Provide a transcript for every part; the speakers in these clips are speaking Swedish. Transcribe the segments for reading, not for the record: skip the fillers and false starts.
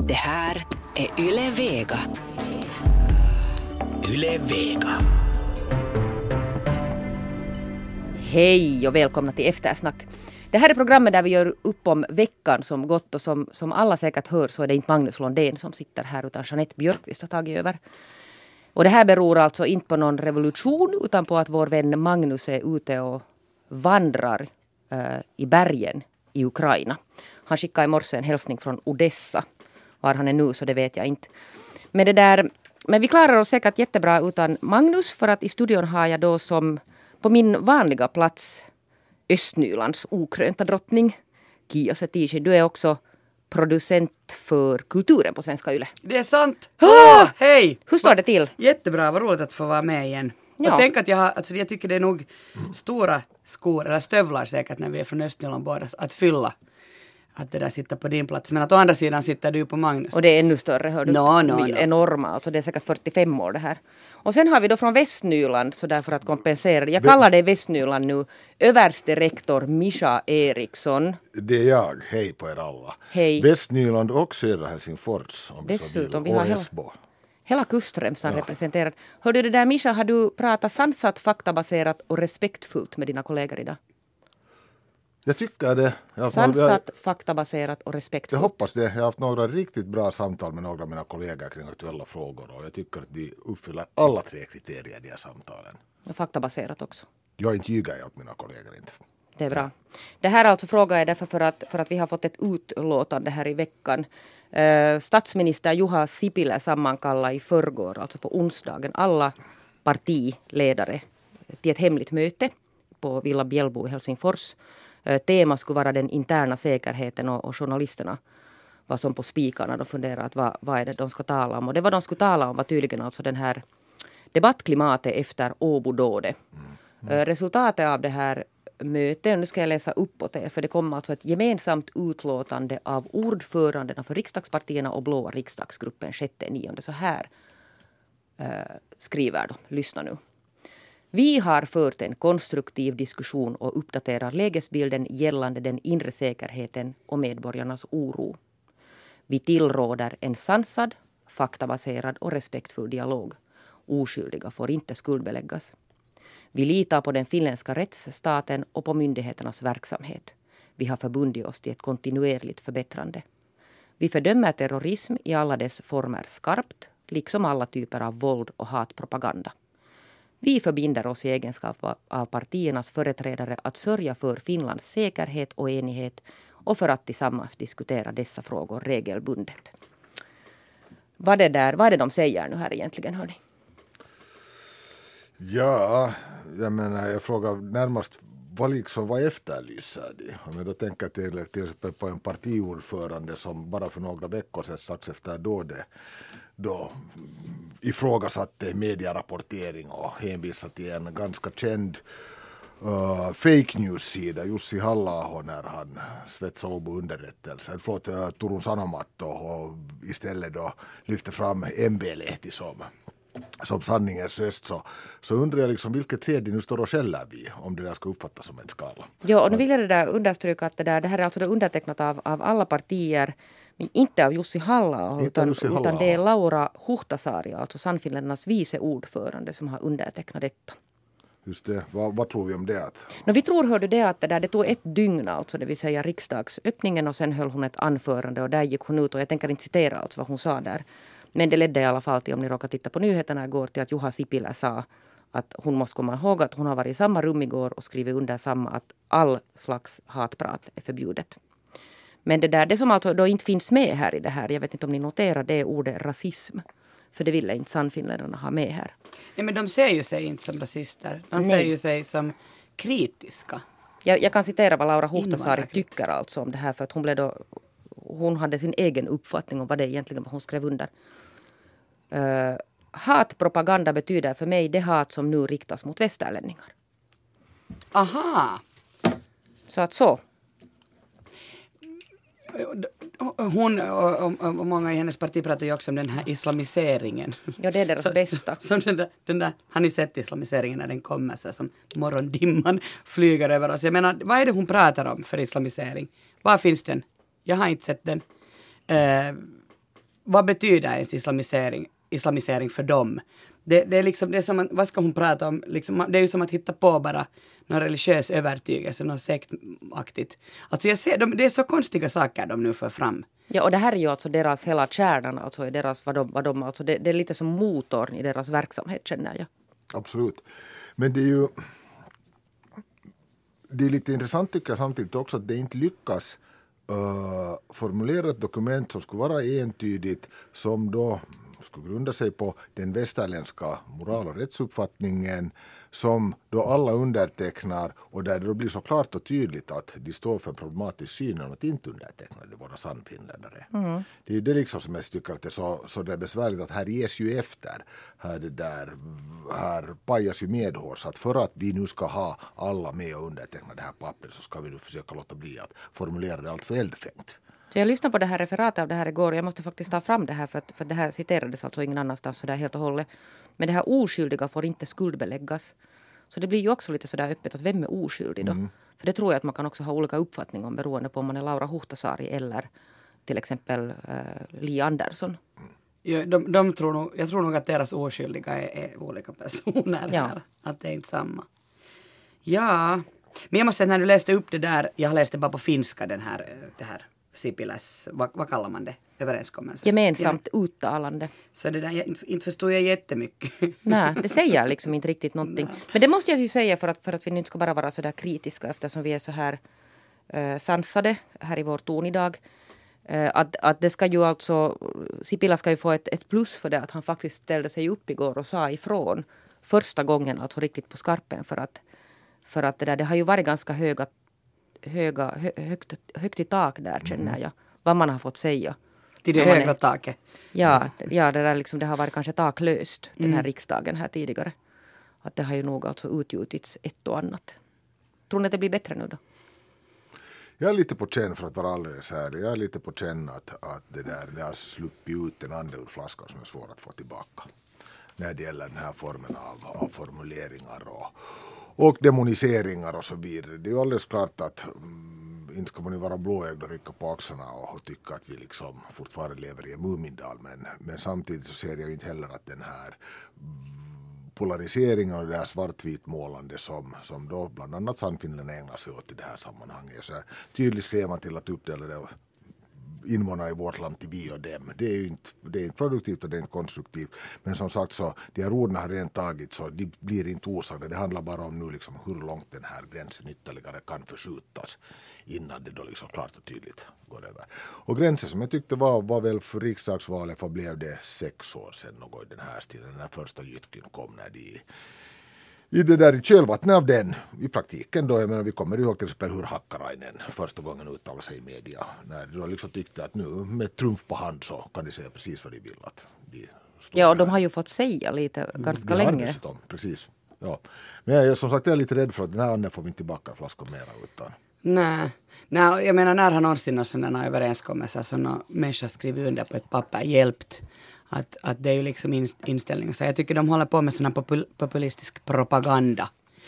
Det här är Yle Vega. Yle Vega. Hej och välkomna till Eftersnack. Det här är programmet där vi gör upp om veckan som gått och som alla säkert hör så är det inte Magnus Londén som sitter här utan Jeanette Björkqvist har tagit över. Och det här beror alltså inte på någon revolution utan på att vår vän Magnus är ute och vandrar i bergen i Ukraina. Han skickade i morse en hälsning från Odessa. Var han är nu så det vet jag inte. Men vi klarar oss säkert jättebra utan Magnus för att i studion har jag då som på min vanliga plats Östnylands okrönta drottning Kia Setici. Du är också producent för kulturen på Svenska Yle. Det är sant! Hej! Hur står det till? Jättebra, vad roligt att få vara med igen. Ja. Och tänk att jag tycker det är nog stora skor, eller stövlar säkert när vi är från Östnyland båda, att fylla. Att det där sitter på din plats. Men att å andra sidan sitter du på Magnus. Och det är ännu större, hör du? No. Enorma, alltså det är säkert 45 år det här. Och sen har vi då från Västnyland, så därför att kompensera. Jag kallar det Västnyland nu, överste rektor Mischa Eriksson. Det är jag, hej på er alla. Hej. Västnyland och södra Helsingfors. Om Dessutom, vi vi har Esbo. hela kustremsan representerad. Hör du det där Mischa, har du pratat sansat, faktabaserat och respektfullt med dina kollegor idag? Jag tycker det. Sansat, faktabaserat och Jag respektfullt. hoppas det. Jag har haft några riktigt bra samtal med några av mina kollegor kring aktuella frågor och jag tycker att de uppfyller alla tre kriterier i de här samtalen. Och faktabaserat också. Jag inte ljuger åt mina kollegor inte. Det är bra. Det här alltså frågar jag därför för att vi har fått ett utlåtande här i veckan. Statsminister Juha Sipilä sammankallade i förrgår, alltså på onsdagen, alla partiledare till ett hemligt möte på Villa Bjällbo i Helsingfors. Tema skulle vara den interna säkerheten och journalisterna var som på spikarna. De funderade att vad är det de ska tala om. Och det vad de skulle tala om var tydligen alltså den här debattklimatet efter Åbodådet. Resultatet av det här mötet, nu ska jag läsa uppåt det, för det kommer alltså ett gemensamt utlåtande av ordförandena för riksdagspartierna och blåa riksdagsgruppen 6-9. Så här skriver de, lyssna nu. Vi har fört en konstruktiv diskussion och uppdaterar lägesbilden gällande den inre säkerheten och medborgarnas oro. Vi tillråder en sansad, faktabaserad och respektfull dialog. Oskyldiga får inte skuldbeläggas. Vi litar på den finländska rättsstaten och på myndigheternas verksamhet. Vi har förbundit oss till ett kontinuerligt förbättrande. Vi fördömer terrorism i alla dess former skarpt, liksom alla typer av våld och hatpropaganda. Vi förbinder oss i egenskap av partiernas företrädare att sörja för Finlands säkerhet och enighet och för att tillsammans diskutera dessa frågor regelbundet. Vad är det de säger nu här egentligen, hörni? Ja, jag menar, jag frågar närmast vad efterlyser de? Om jag då tänker till exempel på en partiordförande som bara för några veckor sedan strax efter då ifrågasatte medierapportering och hänvisade till en ganska känd fake news-sida, Jussi Halla-aho, när han svetsade Åbo underrättelsen. Turun Sanomat och istället då lyfte fram MB-lehti som sanningens röst, så undrar jag liksom vilket träd nu står och skäller vi om det där ska uppfattas som en skala. Ja, och nu vill jag det där understryka att det här är alltså undertecknat av alla partier, men inte av Jussi Halla-aho utan det är Laura Huhtasaari, alltså Sannfinländarnas vice ordförande, som har undertecknat detta. Just det, vad tror vi om det? Vi tror, hörde det, att det tog ett dygn, alltså det vill säga riksdagsöppningen, och sen höll hon ett anförande och där gick hon ut, och jag tänker inte citera alltså vad hon sa där. Men det ledde i alla fall till, om ni råkar titta på nyheterna igår, till att Juha Sipilä sa att hon måste komma ihåg att hon har varit i samma rum igår och skrivit under samma att all slags hatprat är förbjudet. Men det som alltså då inte finns med här i det här, jag vet inte om ni noterar, det är ordet rasism. För det ville inte Sannfinländarna ha med här. Nej, men de ser ju sig inte som rasister. De ser ju sig som kritiska. Jag kan citera vad Laura Huhtasaari tycker alltså om det här, för att hon hade sin egen uppfattning om vad det egentligen var hon skrev under. Hatpropaganda betyder för mig det hat som nu riktas mot västerlänningar. Aha! Så att så. Hon och många i hennes parti pratar ju också om den här islamiseringen. Ja, det är deras bästa. Som den där, har ni sett islamiseringen när den kommer så som morgondimman flyger över oss? Jag menar, vad är det hon pratar om för islamisering? Var finns den? Jag har inte sett den. vad betyder ens islamisering för dem? Det är liksom, det är som, vad ska hon prata om? Liksom, det är ju som att hitta på bara någon religiös övertygelse, något sektaktigt. Alltså jag ser, det är så konstiga saker de nu för fram. Ja, och det här är ju alltså deras hela kärnan, alltså deras, alltså det är lite som motorn i deras verksamhet, känner jag. Absolut. Men det är lite intressant tycker jag samtidigt också att det inte lyckas formulera ett dokument som skulle vara entydigt, som då skulle grunda sig på den västerländska moral- och rättsuppfattningen som då alla undertecknar, och där det då blir så klart och tydligt att de står för en problematisk syn om att inte underteckna det, våra sannfinländare. Det är det liksom som jag tycker att det är så det är besvärligt att här ges ju efter. Här pajas ju medhårs att för att vi nu ska ha alla med och underteckna det här pappret så ska vi nu försöka låta bli att formulera det allt för eldfängt. Så jag lyssnade på det här referatet av det här igår och jag måste faktiskt ta fram det här för det här citerades alltså ingen annanstans så där helt och hållet. Men det här oskyldiga får inte skuldbeläggas. Så det blir ju också lite sådär öppet att vem är oskyldig då? För det tror jag att man kan också ha olika uppfattning om beroende på om man är Laura Huhtasaari eller till exempel Li Andersson. Ja, jag tror nog att deras oskyldiga är olika personer här. Att det är inte samma. Ja, men jag måste säga när du läste upp det där, jag läste bara på finska det här Sipiläs, vad kallar man det? Överenskommelsen. Gemensamt uttalande. Så det där, inte förstår jag jättemycket. Nej, det säger liksom inte riktigt någonting. Men det måste jag ju säga för att vi inte ska bara vara så där kritiska eftersom vi är så här sansade här i vår ton idag. Att det ska ju alltså, Sipilä ska ju få ett plus för det att han faktiskt ställde sig upp igår och sa ifrån första gången alltså riktigt på skarpen för att det har ju varit ganska högt i tak där känner jag. Vad man har fått säga. Till det högra taket. Ja, det där liksom, det har varit kanske taklöst den här riksdagen här tidigare. Att det har ju nog alltså utgjutits ett och annat. Tror ni att det blir bättre nu då? Jag är lite på känn för att vara alldeles ärlig. Jag är lite på känn att det har sluppit ut en ande ur flaskan som är svår att få tillbaka. När det gäller den här formen av formuleringar och demoniseringar och så vidare. Det är ju alldeles klart att inte ska man ju vara blåögd och rycka på axlarna och tycka att vi liksom fortfarande lever i en mumindal. Men samtidigt så ser jag ju inte heller att den här polariseringen och det här svartvitmålande som då bland annat Sannfinland ägnar sig åt i det här sammanhanget. Så tydligt ser man till att uppdela det invånare i vårt land till vi och dem. Det är inte produktivt och det är inte konstruktivt. Men som sagt så, de här orden har redan tagit så de blir inte osagda. Det handlar bara om nu liksom hur långt den här gränsen ytterligare kan förskjutas innan det då liksom klart och tydligt går över. Och gränsen som jag tyckte var väl för riksdagsvalet, för blev det 6 år sedan något i den här stilen. Den här första Jytkyn kom när i det där i kölvattnet av den, i praktiken då, jag menar vi kommer ihåg till exempel hur Hakkarainen första gången uttalade sig i media, när de liksom tyckte att nu med trumf på hand så kan de säga precis vad de vill att de ja, och de har ju fått säga lite ganska länge. Precis, ja. Men jag som sagt jag är lite rädd för att den här anden får vi inte tillbaka flaskor mera utan. Nej, jag menar när har någonsin någon sån här överenskommelse som någon människa skrivit under på ett papper hjälpt. Att det är ju liksom inställningar. Så jag tycker de håller på med sån här populistisk propaganda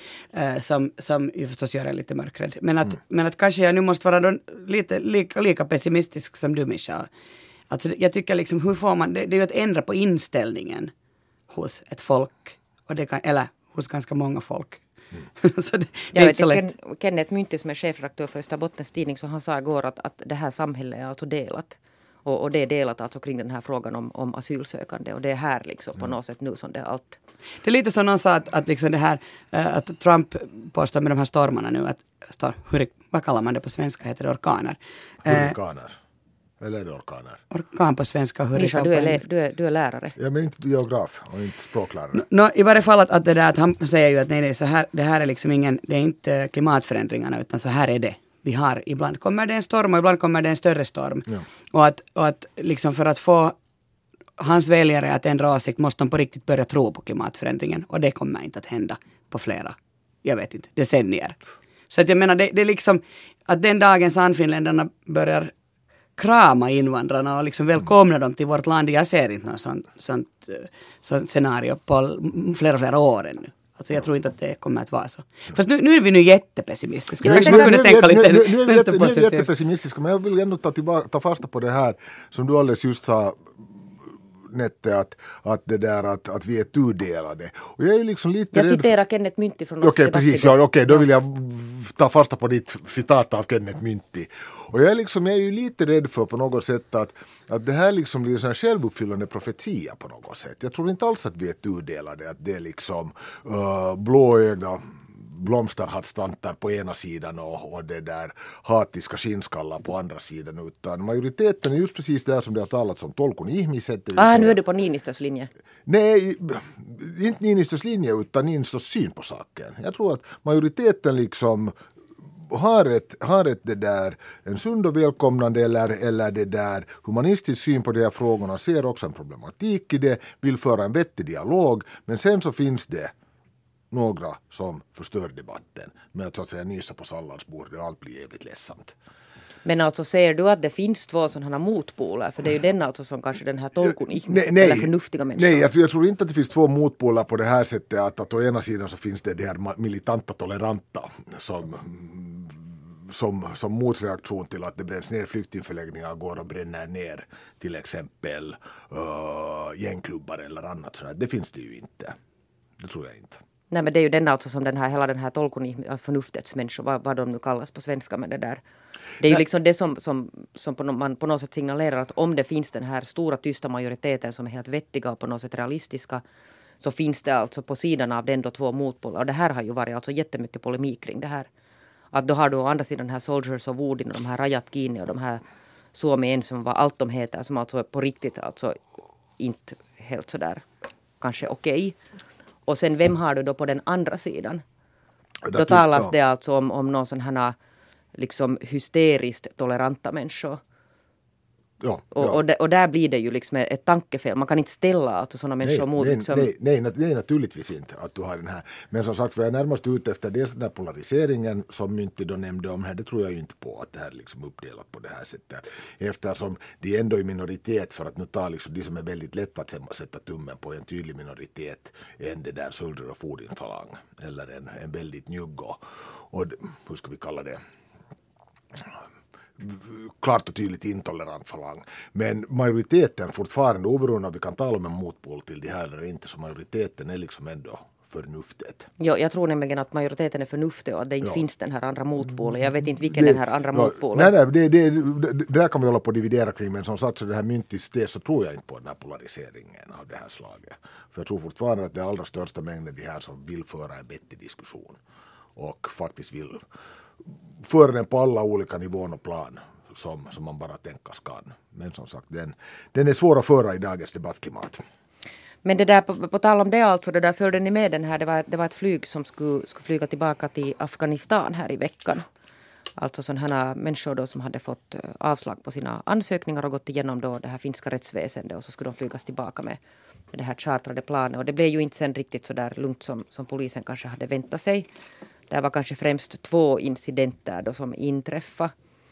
som ju förstås gör en lite mörkrädd. Men att kanske jag nu måste vara då lite lika pessimistisk som du, Mischa. Alltså jag tycker liksom hur får man, det är ju att ändra på inställningen hos ett folk och det kan, eller hos ganska många folk. Så det är inte så lätt. Kenneth Mynti som är chefredaktör för Österbottens tidning, så han sa igår att det här samhället är alltså delat. Och det är delat alltså kring den här frågan om asylsökande. Och det är här liksom på något sätt nu som det är allt. Det är lite som någon sa att liksom det här, att Trump påstår med de här stormarna nu, vad kallar man det på svenska, heter det orkaner? Hurrikaner. Eller är det orkaner? Orkan på svenska och hurrikan på engelska. Du är lärare. Jag är inte geograf och inte språklärare. I varje fall att det där, att han säger ju att nej, så här, det här är liksom det är inte klimatförändringarna utan så här är det. Vi har, ibland kommer det en storm och ibland kommer det en större storm. Ja. Och att liksom för att få hans väljare att ändra åsikt måste de på riktigt börja tro på klimatförändringen. Och det kommer inte att hända på flera, jag vet inte, decennier. Så att jag menar, det är liksom att den dagen Sannfinländarna börjar krama invandrarna och liksom välkomna dem till vårt land. Jag ser inte något sånt scenario på flera år ännu. Alltså jag tror inte att det kommer att vara så. Fast nu är vi jättepessimistiska. Nu är vi jättepessimistiska, men jag vill ändå ta fasta på det här som du alldeles just sa nätet att det där att vi är tudelade. Och jag är liksom lite jag citerar Kenneth Mynti från Okej, precis. Ja, då vill jag ta fasta på ditt citat av Kenneth Mynti. Och jag är ju lite rädd för på något sätt att det här liksom blir en sån här självuppfyllande profetia på något sätt. Jag tror inte alls att vi är tudelade, att det är liksom blåögda blomsterhattstantar på ena sidan och det där hatiska skinnskallar på andra sidan, utan majoriteten är just precis det som det har talats om tolkun ihmiset. Nu är du på Niinistös linje. Nej, inte Niinistös linje utan Niinistös syn på saken. Jag tror att majoriteten liksom har ett det där en sund och välkomnande eller det där humanistisk syn på de här frågorna, ser också en problematik i det, vill föra en vettig dialog, men sen så finns det några som förstör debatten med att så att säga nysa på salladsbordet och allt blir jävligt ledsamt. Men alltså ser du att det finns två sådana motpoler? För det är ju den alltså som kanske den här tolkun eller förnuftiga människor. Nej, jag tror inte att det finns två motpoler på det här sättet att å ena sidan så finns det här militanta toleranta som motreaktion till att det bränns ner flyktingförläggningar, går och bränner ner till exempel gängklubbar eller annat sådär. Det finns det ju inte. Det tror jag inte. Nej, men det är ju den alltså som hela den här tolkun förnuftets människor, vad de nu kallas på svenska, men det där. Det är ju liksom det som man på något sätt signalerar att om det finns den här stora tysta majoriteten som är helt vettiga och på något sätt realistiska, så finns det alltså på sidan av den då två motpoler. Och det här har ju varit alltså jättemycket polemik kring det här. Att då har du å andra sidan den här Soldiers of Odin och de här Rajat Kini och de här Suomi en som var allt de heter, som alltså på riktigt alltså inte helt sådär kanske okej. Och sen vem har du då på den andra sidan? Då talas det alltså om någon sån här liksom hysteriskt toleranta människor. Ja. Och där blir det ju liksom ett tankefel. Man kan inte ställa alltså sådana människor mot liksom... Nej, naturligtvis inte att du har den här. Men som sagt, vi är närmast ute efter dels den här polariseringen som Mynti då nämnde om här. Det tror jag ju inte på att det här liksom uppdelat på det här sättet. Eftersom det är ändå i minoritet, för att nu ta liksom de som är väldigt lätt att sätta tummen på en tydlig minoritet än det där Soldier of Odin-falang. Eller en väldigt njugg och hur ska vi kalla det? Klart och tydligt intolerant falang. Men majoriteten fortfarande, oberoende av vi kan tala om en motpol till det här eller inte, så majoriteten är liksom ändå förnuftet. Ja, jag tror nämligen att majoriteten är förnuftig och att det inte finns den här andra motpolen. Jag vet inte vilken den här andra motpolen. Nej, det där kan vi hålla på att dividera kring, men som sagt så det här Myntis det, så tror jag inte på den här polariseringen av det här slaget. För jag tror fortfarande att det allra största mängden de här som vill föra en vettig diskussion och faktiskt vill föra den på alla olika nivåer och plan som man bara tänkas kan. Men som sagt, den är svår att föra i dagens debattklimat. Men det där, på tal om det alltså, det där följde ni med den här, det var ett flyg som skulle flyga tillbaka till Afghanistan här i veckan. Alltså sådana människor då som hade fått avslag på sina ansökningar och gått igenom då det här finska rättsväsendet, och så skulle de flygas tillbaka med det här chartrade planet. Och det blev ju inte sen riktigt så där lugnt som polisen kanske hade väntat sig. Det var kanske främst 2 incidenter då som inträffade.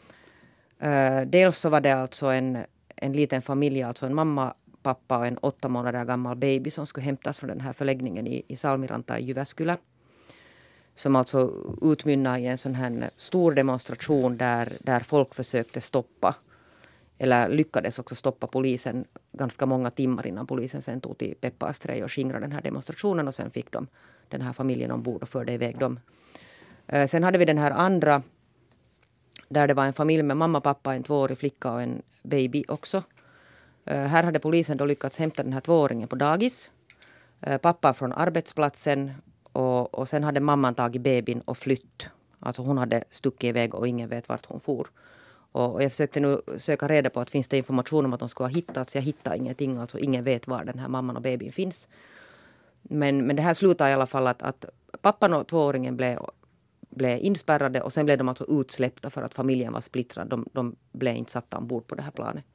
Dels så var det alltså en liten familj, alltså en mamma, pappa och en 8 månader gammal baby som skulle hämtas från den här förläggningen i Salmiranta i Jyväskylä. Som alltså utmynnade i en sån här stor demonstration där folk försökte stoppa, eller lyckades också stoppa polisen ganska många timmar innan polisen sen tog till pepparspray och skingrade den här demonstrationen, och sen fick de den här familjen ombord och förde iväg dem. Sen hade vi den här andra där det var en familj med mamma, pappa, en 2-årig flicka och en baby också. Här hade polisen då lyckats hämta den här 2-åringen på dagis. Pappa från arbetsplatsen och sen hade mamman tagit babyn och flytt. Alltså hon hade stuckit iväg och ingen vet vart hon for. Och jag försökte nu söka reda på att finns det information om att de skulle ha hittats. Jag hittade ingenting, alltså ingen vet var den här mamman och babyn finns. Men det här slutar i alla fall att pappan och 2-åringen blev inspärrade, och sen blev de alltså utsläppta för att familjen var splittrad. De blev inte satta ombord på det här planet.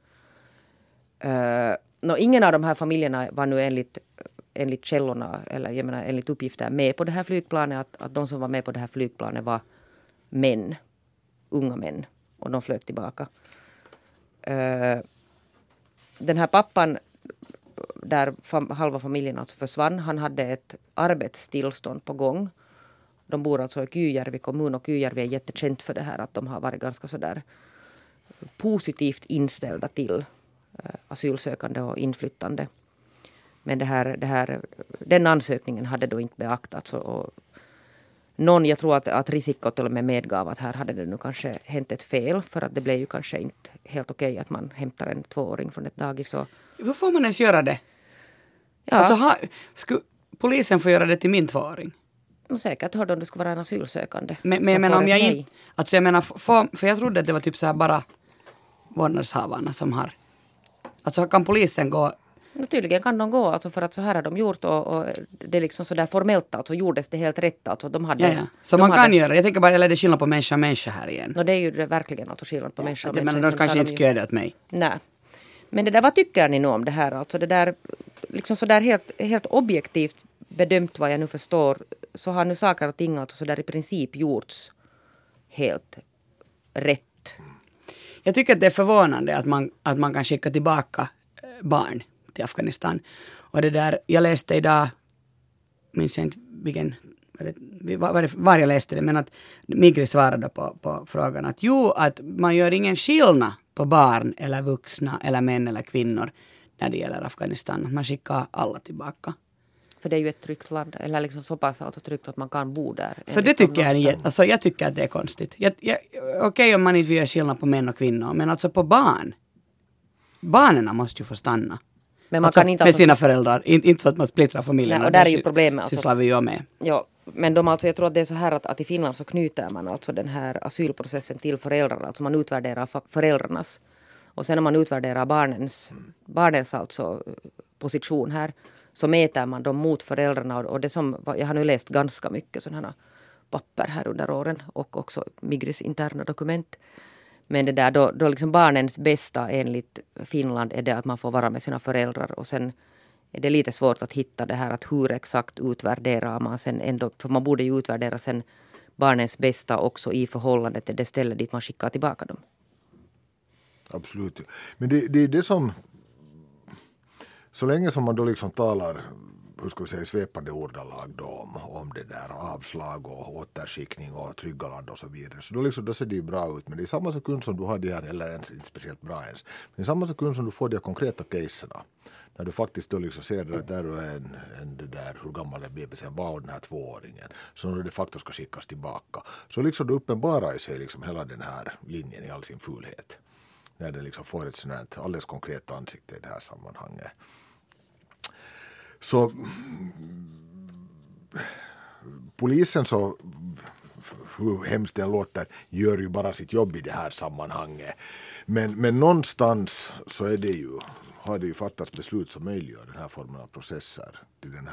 Ingen av de här familjerna var nu enligt källorna, eller jag menar enligt uppgifter, med på det här flygplanet. Att de som var med på det här flygplanet var män, unga män, och de flög tillbaka. Den här pappan, där halva familjen alltså försvann, han hade ett arbetstillstånd på gång. De bor alltså i Kyjärvi kommun, och Kyjärvi är jättekänt för det här att de har varit ganska sådär positivt inställda till asylsökande och inflyttande. Men den ansökningen hade då inte beaktats. Och jag tror att Risikko till och med medgav att här hade det nu kanske hänt ett fel. För att det blev ju kanske inte helt okej att man hämtar en 2-åring från ett dagis. Hur får man ens göra det? Ja. Alltså, skulle polisen få göra det till min 2-åring? Säkert hörde om det skulle vara en asylsökande. Men jag menar om jag inte... Alltså jag menar, för jag trodde att det var typ så här bara vårdnadshavarna som har... Alltså kan polisen gå... Tydligen kan de gå, alltså för att så här har de gjort och det är liksom så där formellt, alltså gjordes det helt rätt, alltså de hade... Ja. Så man kan göra, jag tänker bara, eller är det skillnad på människa och människa här igen? Det är ju verkligen alltså skillnad på människa och människa. människa. Men de kanske inte skulle göra det åt mig. Nej. Men det där, vad tycker ni nu om det här? Alltså det där, liksom så där helt objektivt bedömt vad jag nu förstår, så har nu saker och ting alltså så där i princip gjorts helt rätt. Jag tycker att det är förvånande att man kan skicka tillbaka barn till Afghanistan. Och det där, jag läste idag, minns jag inte vilken, var jag läste det, men att Migri svarade på frågan att man gör ingen skillnad på barn eller vuxna eller män eller kvinnor när det gäller Afghanistan. Man skickar alla tillbaka. För det är ju ett tryggt land, eller liksom så pass tryggt att man kan bo där. Så det tycker jag tycker att det är konstigt. Okej om man inte gör skillnad på män och kvinnor, men alltså på barn. Barnen måste ju få stanna. Men man alltså, kan inte med sina föräldrar, inte så att man splittrar familjen. Nej, och där är ju problemet. Sysslar vi ju med. Ja, men jag tror att det är så här att i Finland så knyter man alltså den här asylprocessen till föräldrarna. Alltså man utvärderar föräldrarnas. Och sen när man utvärderar barnens alltså position här, så mäter man dem mot föräldrarna. Och det som, jag har nu läst ganska mycket sådana papper här under åren och också Migris interna dokument. Men det där, då liksom barnens bästa enligt Finland är det att man får vara med sina föräldrar. Och sen är det lite svårt att hitta det här att hur exakt utvärderar man sen ändå. För man borde ju utvärdera sen barnens bästa också i förhållande till det ställe dit man skickar tillbaka dem. Absolut. Men det är det som, så länge som man då liksom talar, hur ska vi säga, svepande ordalag då om det där avslag och återskickning och trygga land och så vidare. Så då ser det ju bra ut. Men det är samma sekund som du har det här, eller ens inte speciellt bra ens. Men det är samma sekund som du får de konkreta caserna. När du faktiskt då liksom ser det där och det där, hur gammal är bebisen var, den här 2-åringen. Så när det faktiskt ska skickas tillbaka. Så liksom det uppenbarar sig liksom hela den här linjen i all sin fulhet. När det liksom får ett sådant alldeles konkret ansikte i det här sammanhanget. Så polisen, så hur hemskt det låter, gör ju bara sitt jobb i det här sammanhanget. Men någonstans så är det ju, har det ju fattats beslut som möjliggör den här formen av processer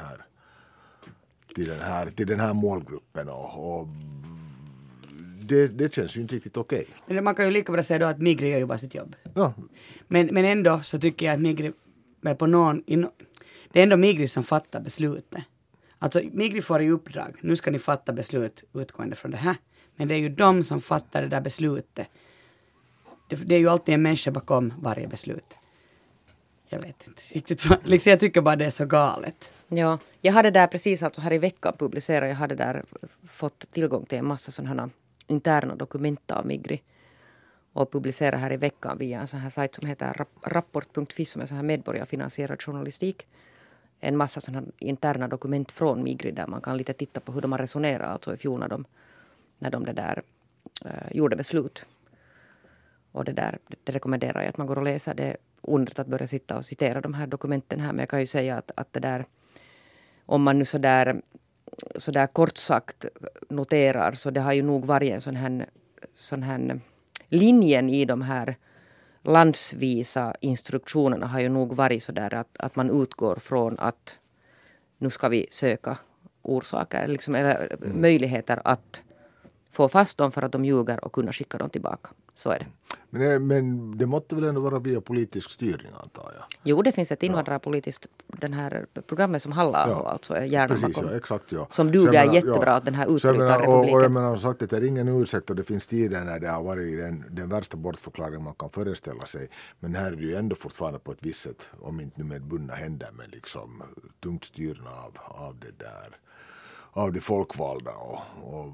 till den här målgruppen och det känns ju inte riktigt okej. Men man kan ju lika bra säga då att Migri gör ju bara sitt jobb. Ja. Men ändå så tycker jag att Migri det är ändå Migri som fattar beslutet. Alltså Migri får i uppdrag, nu ska ni fatta beslut utgående från det här. Men det är ju de som fattar det där beslutet. Det är ju alltid en människa bakom varje beslut. Jag vet inte riktigt. Liksom jag tycker bara det är så galet. Ja, jag hade där precis alltså här i veckan publicerat. Jag hade där fått tillgång till en massa sådana här interna dokument av Migri. Och publicerat här i veckan via en sån här sajt som heter rapport.fi, som är sån här medborgarfinansierad journalistik. En massa sådana interna dokument från Migri där man kan lite titta på hur de har resonerat alltså i fjol när de det där gjorde beslut. Och det rekommenderar jag att man går och läser. Det är onödigt att börja sitta och citera de här dokumenten här. Men jag kan ju säga att det där, om man nu så där kort sagt noterar, så det har ju nog varit en sån här linjen i de här landsvisa instruktionerna har ju nog varit så där att man utgår från att nu ska vi söka orsaker liksom, eller möjligheter att få fast dem för att de ljuger och kunna skicka dem tillbaka. Så är det. Men det måste väl ändå vara via politisk styrning, antar jag? Jo, det finns ett invandrarpolitiskt den här programmet som Halla-aho alltså är hjärnan bakom. Ja, exakt, ja. Som duger jättebra åt den här utbrytarrepubliken. Och jag menar sagt att det är ingen ursäkt och det finns tider när det har varit den värsta bortförklaringen man kan föreställa sig. Men här är det ju ändå fortfarande på ett visst sätt, om inte nu med bundna händer, men liksom tungt styrna av det där, av de folkvalda och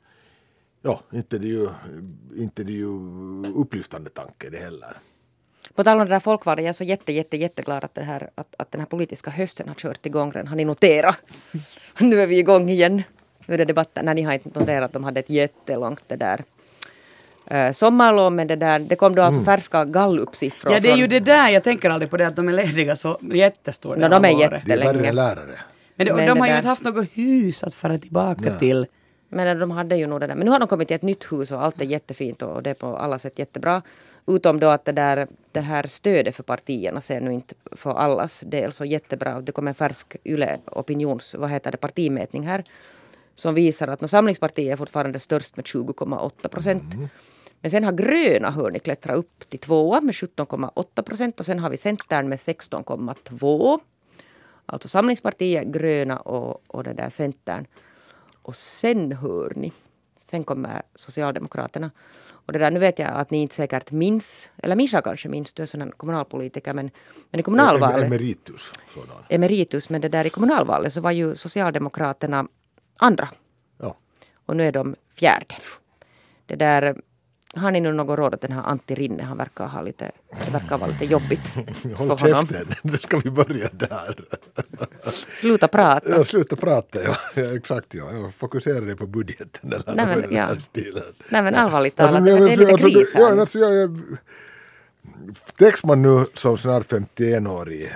ja, inte det är ju upplyftande tanke det heller. På tal om det där folkvalda, jag är så jätteglad att, att den här politiska hösten har kört igång. Den har ni noterat. Nu är vi igång igen. Nu är det debatten. När ni har inte noterat att de hade ett jättelångt det där sommarlov, men det kom då alltså färska gallup-siffror. Ja, det är ju det där. Jag tänker aldrig på det att de är lediga så jättestor del av de är året. Det är jättelänge. värre än lärare. Men de Men har det ju där- inte haft något hus att föra tillbaka till. Men de hade ju nog det där. Men nu har de kommit till ett nytt hus och allt är jättefint och det är på alla sätt jättebra. Utom då att det här stödet för partierna ser nu inte för allas del så jättebra. Det kommer en färsk partimätning här som visar att Samlingspartiet är fortfarande störst med 20,8%. Men sen har gröna hörni klättrat upp till 2 med 17,8% och sen har vi Centern med 16,2%. Alltså Samlingspartiet, gröna och det där Centern. Och sen hör ni, sen kommer Socialdemokraterna. Och det där, nu vet jag att ni inte säkert minns, eller Mischa kanske minns, du är sån här kommunalpolitiker, men i kommunalvalet... Emeritus, men det där i kommunalvalet så var ju Socialdemokraterna andra. Ja. Och nu är de fjärde. Det där, har ni nu något råd att den här Antti Rinne, han verkar vara lite jobbigt Håll för honom. käften, nu ska vi börja där. Sluta prata. Ja, sluta prata, ja. Exakt, ja. Jag fokuserar dig på budgeten eller Nej, men, den här ja. stilen. Nej men allvarligt talat, Alltså, det är lite kris här. Ja, alltså, täcks man nu som snart 51-årig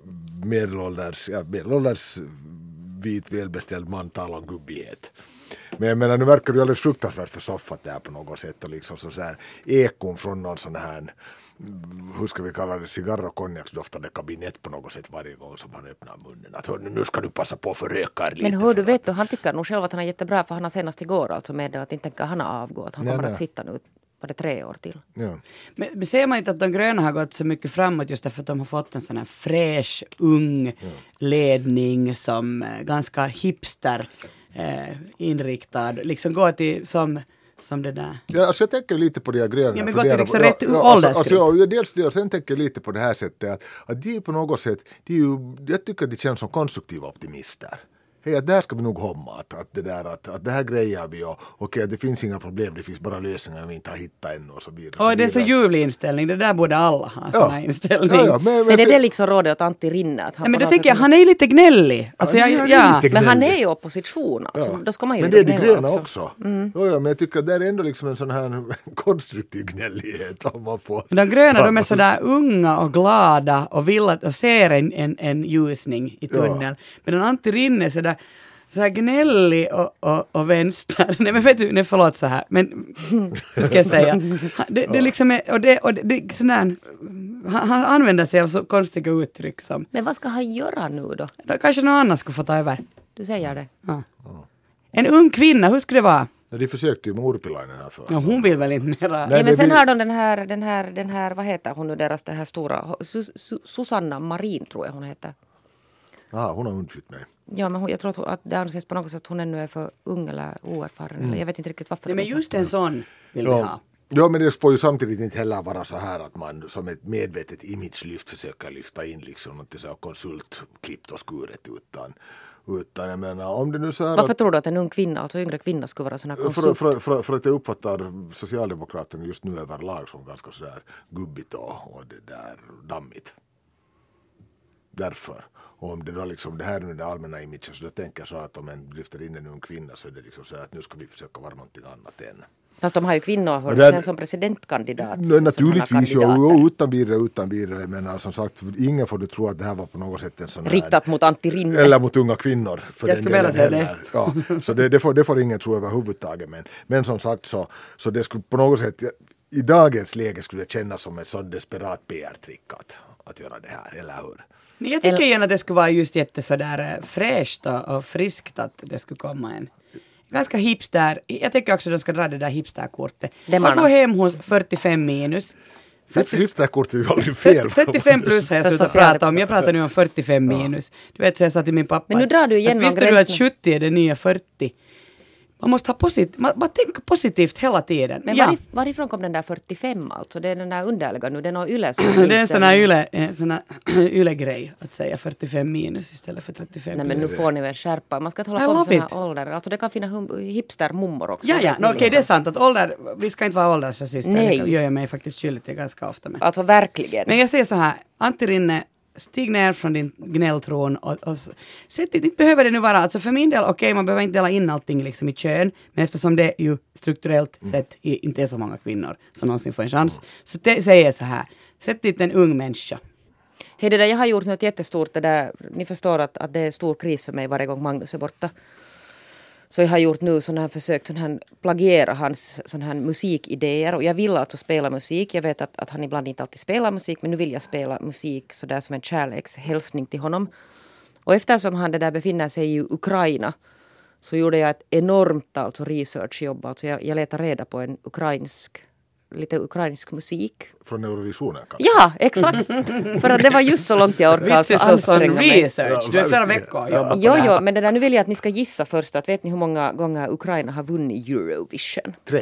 medelålders vit välbeställd man talar om gubbighet. Men jag menar, nu verkar det ju alldeles fruktansvärt försoffat där på något sätt och liksom så här ekon från någon sån här, hur ska vi kalla det, cigarr- och konjaksdoftande kabinett på något sätt varje gång som han öppnar munnen. Att hör, nu ska du passa på för rökar lite. Men hör du, vet du, han tycker nog själv att han är jättebra för han har senast igår alltså meddelat att inte tänker han avgå. Att han kommer att sitta nu, var det 3 år till. Ja. Men ser man inte att de gröna har gått så mycket framåt just därför att de har fått en sån här fräsch, ung ledning som ganska hipster inriktad. Liksom går till som det där. Ja, alltså jag tänker lite på de här grejerna. Ja, men går till liksom rätt åldersgrupp. Dels sen tänker jag lite på det här sättet att de är på något sätt, jag tycker att de känns som konstruktiva optimister. Hej, att där ska vi nog homma, att det här grejer vi och okej, det finns inga problem, det finns bara lösningar vi inte har hittat ännu och så vidare. Och det är så ljuvlig inställning, det där borde alla ha, sån här inställning. Ja, men Men är det liksom rådet åt Antti Rinne? Att han Ja, men på då något tänker jag, sätt- han är lite gnällig. Alltså, Ja, jag, det är lite Men han gnällig. är ju opposition alltså. Då ska man ju Men det lite är de gnälla gröna också. Ja, men jag tycker att det är ändå liksom en sån här konstruktiv gnällighet om man får. Men de gröna, de är sådär unga och glada och vill att och ser en ljusning i tunneln. Men den Antti Rinne är sådär gnällig och vänster. Nej men vet du, förlåt så här. Men vad ska jag säga? Det liksom är, och det sån där, han använder sig av så konstiga uttryck som. Men vad ska han göra nu då? Kanske någon annan skulle få ta över. Du säger det. Ja. En ung kvinna, hur skulle det vara? Ja, de försökte ju med Urpilainen här för. Ja, hon vill väl inte mera. Nej, Ja, men sen det- har de den här, vad heter hon nu, deras det här stora, Susanna Marin tror jag hon heter. Aha, hon har undflytt mig. Ja, men jag tror att det anses på något sätt att hon ännu är för ung eller oerfaren. Eller jag vet inte riktigt varför. Nej, men just en sån vill vi ha. Ja, men det får ju samtidigt inte heller vara så här att man som ett medvetet imagelyft försöker lyfta in liksom något så här konsultklippt och skuret utan jag menar om det nu så här Varför tror du att en ung kvinna, alltså yngre kvinna, skulle vara sån här konsult? för att jag uppfattar Socialdemokraterna just nu överlag som ganska så där gubbigt och det där dammigt. Därför. Och om det då liksom det här är den allmänna imagen så då tänker jag så att om en lyfter in en ung kvinna så är det liksom så här att nu ska vi försöka vara någonting annat än. Fast de har ju kvinnor hörde, där- sen som presidentkandidat. Nej, som naturligtvis, han har kandidater. ja, utan vidare. Men som sagt, ingen får du tro att det här var på något sätt en sån här... Riktat mot Antti Rinne. Eller mot unga kvinnor. För Jag den skulle delen vilja säga heller. Ja, så det får ingen tro överhuvudtaget. Men som sagt så det skulle på något sätt, i dagens läge skulle det kännas som ett sånt desperat PR-trick att göra det här, eller hur? Men jag tycker igen att det skulle vara just jätte sådär fräscht och friskt att det skulle komma en ganska hipster. Jag tycker också att de ska dra det där hipsterkortet. Demarna. Man går hem hos 45 minus. Hipsterkort är ju aldrig fel. 35 plus har jag slutat prata om. Jag pratar nu om 45 minus. Du vet så jag sa till min pappa. Men nu drar du igenom att visste du att gränsen. 70 är det nya 40? Man måste ha man tänker positivt hela tiden. Men varifrån kom den där 45 alltså? Det är den där underliga nu, det är någon yle. Det är en sån här yle-grej att säga 45 minus istället för 35 Nej, men nu får ni väl skärpa. Man ska inte hålla på med sån här ålder. Alltså det kan finnas hipstermummor också. Okej, det är sant att vi ska inte vara åldersrasister. Nej. Det gör jag mig faktiskt skyldig till ganska ofta med. Alltså verkligen. Men jag säger så här, Antti Rinne, stig ner från din gnälltron och sätt det, inte behöver det nu vara, alltså för min del, okej, man behöver inte dela in allting liksom i kön, men eftersom det ju strukturellt sett inte är så många kvinnor som någonsin får en chans, så säger jag så här, sätt dit en ung människa. Hej, det där, jag har gjort något jättestort, det där, ni förstår att det är stor kris för mig varje gång Magnus är borta. Så jag har gjort nu försökt plagiera hans sån här musikidéer. Och jag vill alltså spela musik. Jag vet att han ibland inte alltid spelar musik. Men nu vill jag spela musik så där som en kärlekshälsning till honom. Och eftersom han det där befinner sig i Ukraina. Så gjorde jag ett enormt alltså researchjobb. Alltså jag letade reda på lite ukrainsk musik. Från Eurovisionen kanske? Ja, exakt. För att det var just så långt jag orkade alltså anstränga mig. Research. Du är flera veckor och jobbar på Jo, det här. men det där, nu vill jag att ni ska gissa först. Att vet ni hur många gånger Ukraina har vunnit Eurovision? 3.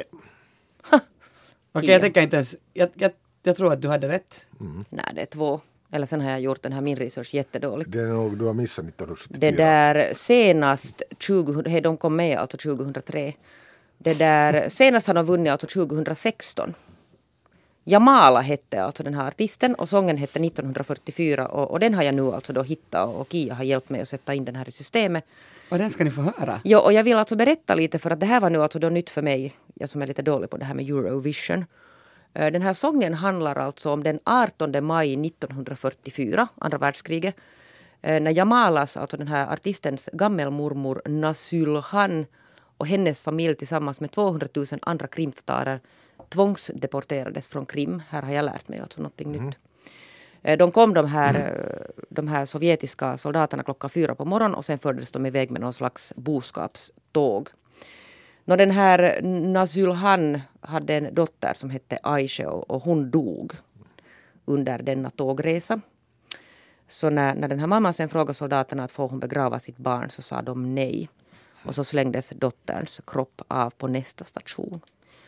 Okej, jag tänker inte ens, jag tror att du hade rätt. Nej, det är 2. Eller sen har jag gjort den här min research jättedåligt. Det är nog du har missat 1974. Det där senast, de kom med alltså 2003. Det där senast har de vunnit alltså 2016. Jamala hette alltså den här artisten och sången hette 1944 och den har jag nu alltså då hittat och Kia har hjälpt mig att sätta in den här i systemet. Och den ska ni få höra. Ja, och jag vill alltså berätta lite för att det här var nu alltså då nytt för mig, jag som är lite dålig på det här med Eurovision. Den här sången handlar alltså om den 18 maj 1944, andra världskriget, när Jamalas, alltså den här artistens gammelmormor Nasylhan och hennes familj tillsammans med 200 000 andra krimtatarer tvångsdeporterades från Krim. Här har jag lärt mig alltså någonting nytt. De kom de här sovjetiska soldaterna 4:00 på morgonen och sen fördes de iväg med någon slags boskapståg. Den här Nasylhan hade en dotter som hette Aisha och hon dog under denna tågresa. Så när den här mamman sen frågade soldaterna att får hon begrava sitt barn så sa de nej. Och så slängdes dotterns kropp av på nästa station.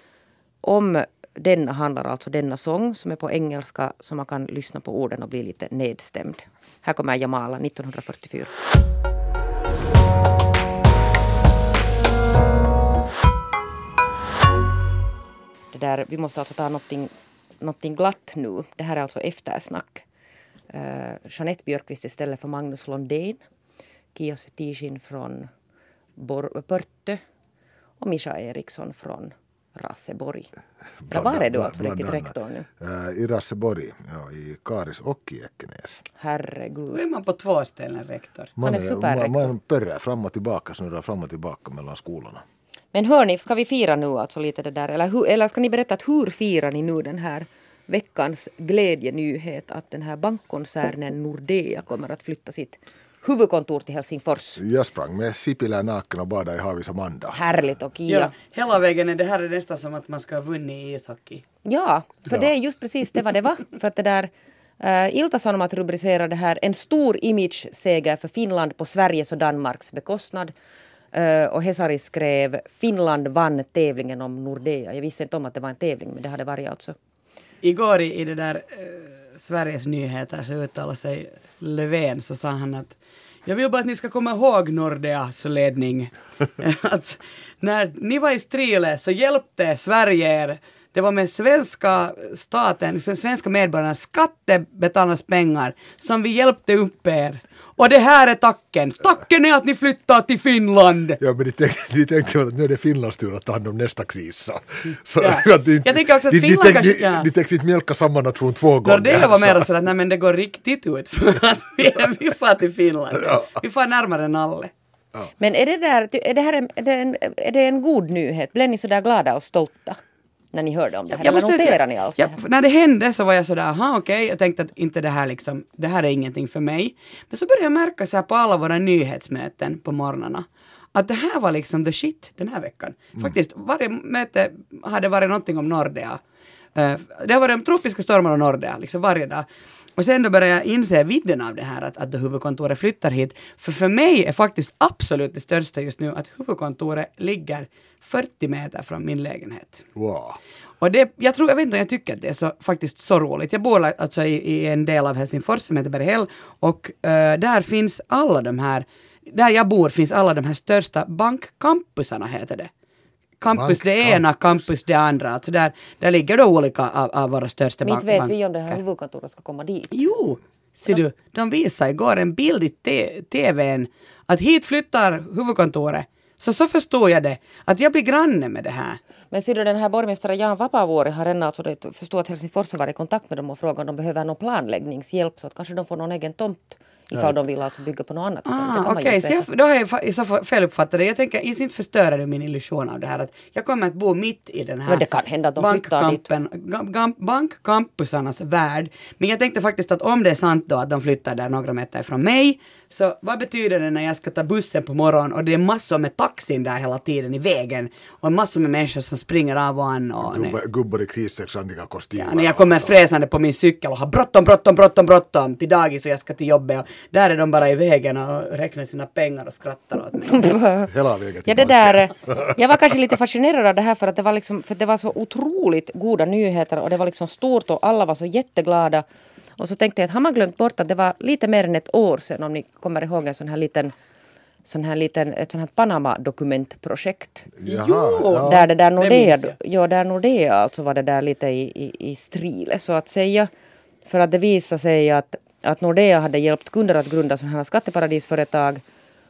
Om denna handlar alltså denna sång som är på engelska så man kan lyssna på orden och bli lite nedstämd. Här kommer Jamala 1944. Det där, vi måste alltså ta någonting glatt nu. Det här är alltså eftersnack. Jeanette Björkqvist istället för Magnus Londén. Kia Svetishin från Pörtö och Mischa Eriksson från Raseborg. Var är du alltså riktigt rektor nu? I Raseborg, i Karis och i Ekenäs. Herregud. Då är man på 2 ställen rektor. Han är superrektor. Man pörrar fram och tillbaka, snurrar fram och tillbaka mellan skolorna. Men hörni, ska vi fira nu alltså lite det där? Eller ska ni berätta att hur firar ni nu den här veckans glädjenyhet att den här bankkoncernen Nordea kommer att flytta sitt huvudkontor till Helsingfors? Jag sprang med Sipilä naken och badade i havis Amanda. Härligt och Kia. Ja, hela vägen är det här är nästan som att man ska ha vunnit i ishockey. Ja, för det är just precis det vad det var. För att det där Ilta-Sanomat rubricerar det här en stor image-seger för Finland på Sveriges och Danmarks bekostnad. Och Hesari skrev Finland vann tävlingen om Nordea. Jag visste inte om att det var en tävling, men det hade varit alltså. Igår i det där Sveriges nyheter så uttalade sig Löfven, så sa han att jag vill bara att ni ska komma ihåg Nordeas ledning. Att när ni var i Strile så hjälpte Sverige er. Det var med svenska staten, svenska medborgarnas skattebetalarnas pengar som vi hjälpte upp er. Och det här är tacken. Tacken är att ni flyttar till Finland. Ja, men de tänkte att nu är det Finlands tur att ta hand om nästa kris. Så Ja. Jag tänker också att Finland kanske... Ja. De tänkte inte mjölka samma nation 2 gånger. Det var mer så att nej, men det går riktigt ut för att vi får till Finland. Ja. Vi får närmare Nalle. Ja. Men är det en god nyhet? Blev ni så där glada och stolta när ni hörde om det här? Eller noterar ni alls det här? När det hände så var jag sådär, okej. Jag tänkte att inte det här är ingenting för mig. Men så började jag märka så här på alla våra nyhetsmöten på morgnarna att det här var liksom the shit den här veckan. Faktiskt, varje möte hade varit någonting om Nordea. Det har varit de tropiska stormarna och Nordea liksom varje dag. Och sen då började jag inse vidden av det här att huvudkontoret flyttar hit. För mig är faktiskt absolut det största just nu att huvudkontoret ligger 40 meter från min lägenhet. Wow. Och det, jag vet inte om jag tycker att det är så, faktiskt så roligt. Jag bor alltså i en del av Helsingfors som heter Berghäll och där finns alla de här, där jag bor finns alla de här största bankcampusarna heter det. Campus det ena, campus det andra. Alltså där ligger då olika av våra största banker. Inte vet vi om det här huvudkontoret ska komma dit. Jo, ser du, de visade igår en bild i tvn att hit flyttar huvudkontoret. Så förstod jag det, att jag blir granne med det här. Men ser du, den här borgmästaren Jan Vapaavuori har redan alltså förstått att Helsingfors har varit i kontakt med dem och frågat om de behöver någon planläggningshjälp så att kanske de får någon egen tomt ifall de vill alltså bygga på något annat ställe. Okej, så då har jag i så fall feluppfattat det. Jag tänker, inte förstöra min illusion av det här att jag kommer att bo mitt i den här men det kan hända att de flyttar dit. Bankcampusarnas värld. Men jag tänkte faktiskt att om det är sant då att de flyttar där några meter från mig, så vad betyder det när jag ska ta bussen på morgonen och det är massor med taxin där hela tiden i vägen och massor med människor som springer av och an och gubbar i krisexandiga kostymer. Ja, när jag kommer fräsande på min cykel och har bråttom till dagis och jag ska till jobbet och där är de bara i vägen och räknar sina pengar och skrattar åt mig. Hela vägen till ja, det där, jag var kanske lite fascinerad av det här för att det var liksom, för det var så otroligt goda nyheter och det var liksom stort och alla var så jätteglada. Och så tänkte jag att har man glömt bort att det var lite mer än ett år sedan, om ni kommer ihåg en sån här ett sån här Panama-dokumentprojekt. Jo! Där det där Nordea alltså var det där lite i strile så att säga. För att det visade sig att Nordea hade hjälpt kunder att grunda sådana här skatteparadisföretag.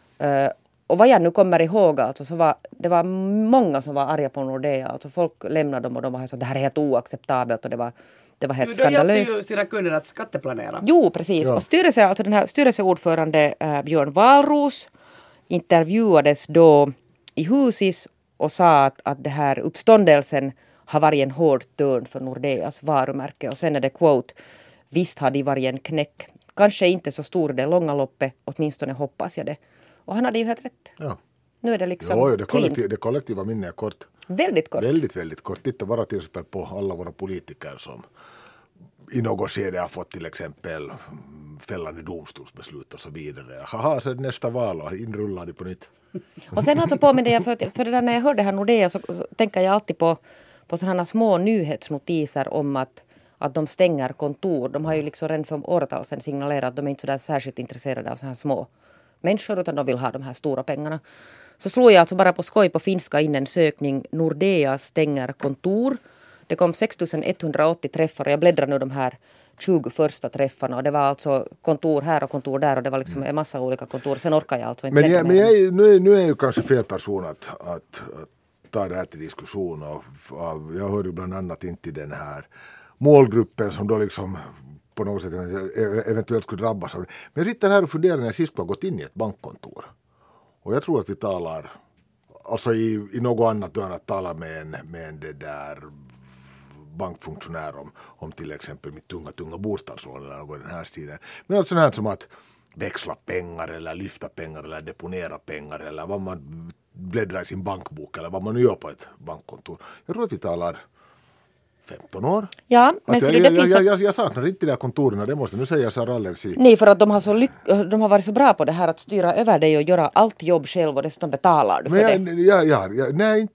Och vad jag nu kommer ihåg alltså, så det var många som var arga på Nordea. Alltså folk lämnade dem och de var så att det här är helt oacceptabelt och det var helt skandalöst. Du hjälpte ju sina kunder att skatteplanera. Jo, precis. Ja. Och den här styrelseordförande Björn Wahlroos intervjuades då i Husis och sa att det här uppståndelsen har varit en hård törn för Nordeas varumärke. Och sen är det quote, visst har de varit en knäck. Kanske inte så stor det långa loppet, åtminstone hoppas jag det. Och han hade ju helt rätt. Ja. Nu är det liksom det kollektiva minnet är kort. Väldigt kort. Väldigt kort. Titta bara till exempel på alla våra politiker som i något skede har fått till exempel fällande domstolsbeslut och så vidare. Haha, så är det nästa val och inrullar det på nytt. Och sen alltså påminner jag för det där när jag hörde här Nordea så tänker jag alltid på sådana små nyhetsnotiser om att de stänger kontor. De har ju liksom redan för åratal sedan signalerat att de är inte så där särskilt intresserade av så här små människor utan de vill ha de här stora pengarna. Så slog jag alltså bara på skoj på finska in en sökning Nordea stänger kontor. Det kom 6180 träffar och jag bläddrar nu de här 20 första träffarna och det var alltså kontor här och kontor där och det var liksom en massa olika kontor. Sen orkar jag alltså inte. Nu är ju kanske fel person att ta det här till diskussion och jag hörde bland annat inte den här målgruppen som då liksom på något sätt eventuellt skulle drabbas av det. Men jag sitter här och funderar när jag sist har gått in i ett bankkontor. Och jag tror att vi talar, alltså i något annat då än att tala med en det där bankfunktionär om till exempel mitt tunga bostadslån eller något i den här stilen. Men alltså sånt här som att växla pengar eller lyfta pengar eller deponera pengar eller vad man bläddrar i sin bankbok eller vad man nu gör på ett bankkontor. Jag tror att vi talar 15 år. Ja, men jag saknar inte de här kontoren, det måste nu säga så rallens i. Nej, för att de har varit så bra på det här att styra över dig och göra allt jobb själv och dessutom betalar du för det. Nej,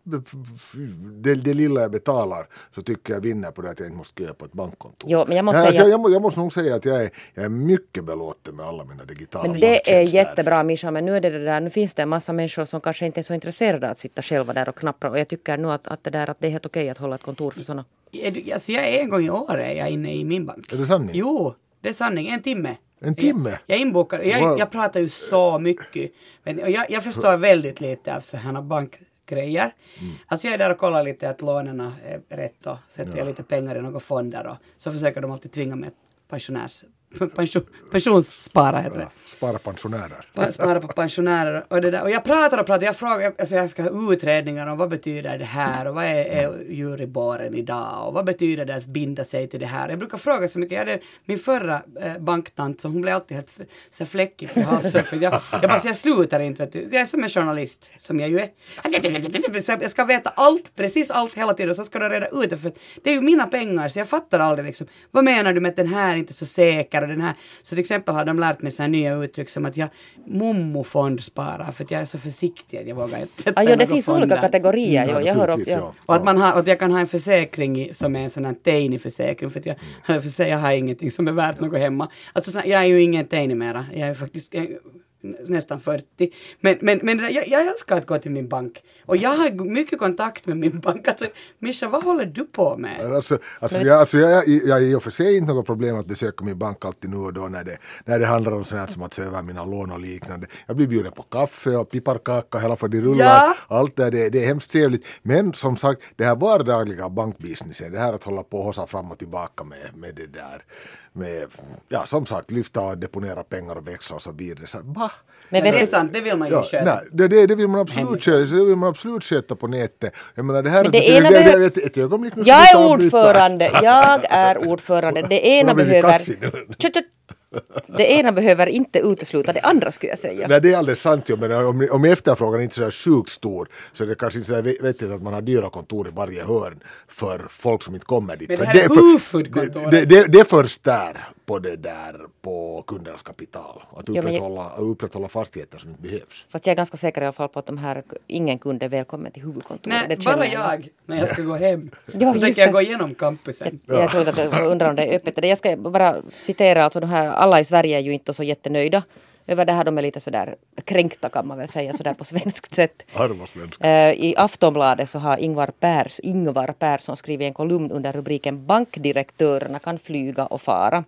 det lilla jag betalar så tycker jag vinner på det att jag inte måste gå på ett bankkontor. Jo, men jag måste nog säga att jag är mycket belåten med alla mina digitala men det är jättebra, Mischa, men nu är det där, nu finns det en massa människor som kanske inte är så intresserade att sitta själva där och knappra och jag tycker nu att det är helt okej att hålla ett kontor för sådana. Alltså jag är en gång i året är jag inne i min bank. Är det sanning? Jo, det är sanning. En timme. En timme? Jag inbokar. Jag pratar ju så mycket. Men jag förstår väldigt lite av sådana bankgrejer. Alltså jag är där och kollar lite att lånen är rätt och sätter jag lite pengar i några fonder och så försöker de alltid tvinga mig ett pensionsspara heter det. Spara pensionärer. Spara på pensionärer. Och jag pratar. Jag frågar, alltså jag ska ha utredningar om vad betyder det här och vad är juryborgen idag och vad betyder det att binda sig till det här. Jag brukar fråga så mycket. Jag hade min förra banktant så hon blev alltid helt så fläckig i halsen. För jag slutar inte. Vet du. Jag är som en journalist som jag ju är. Så jag ska veta allt, precis allt hela tiden och så ska du reda ut det. För det är ju mina pengar så jag fattar aldrig liksom. Vad menar du med att den här är inte så säker och den här. Så till exempel har de lärt mig så här nya uttryck som att jag momofondspara för att jag är så försiktig att jag vågar inte sätta det finns olika kategorier. Jag hör också, Och att jag kan ha en försäkring som är en sån här teini-försäkring för att jag har ingenting som är värt något hemma. Alltså jag är ju ingen teini mera. Jag är faktiskt nästan 40. Men jag älskar att gå till min bank. Och jag har mycket kontakt med min bank. Alltså, Mischa, vad håller du på med? Jag är i och för sig inte något problem att besöka min bank alltid nu och då när det handlar om sånt här som att se över mina lån och liknande. Jag blir bjuden på kaffe och pipparkaka hela för de rullar. Ja. Allt det är hemskt trevligt. Men som sagt, det här vardagliga bankbusinessen, det här att hålla på och hossa fram och tillbaka med det där. Med, som sagt, lyfta och deponera pengar och växla och så vidare. Så, men det är sant, det vill man ju köpa. Nej, det vill man absolut köpa. Det vill man absolut köpa på nätet. Jag menar, det här jag är ordförande. Det ena behöver inte utesluta det andra, skulle jag säga. Nej, det är alldeles sant. Men om efterfrågan är inte så sjukt stor så är det kanske inte så vettigt att man har dyra kontor i varje hörn för folk som inte kommer dit. Men det här är huvudkontoret. Det förstär på det där på kundernas kapital. Att upprätthålla fastigheter som inte behövs. Fast jag är ganska säker i alla fall på att ingen kund är välkommen till huvudkontoret. Nej, bara jag när jag ska gå hem. Så tänker jag gå igenom campusen. Jag tror inte att undrar om det är öppet. Jag ska bara citera, alltså de här, alla i Sverige är ju inte så jättenöjda över det här. De är lite sådär kränkta, kan man väl säga, sådär på svenskt sätt. I Aftonbladet så har Ingvar Persson skrivit en kolumn under rubriken Bankdirektörerna kan flyga och fara.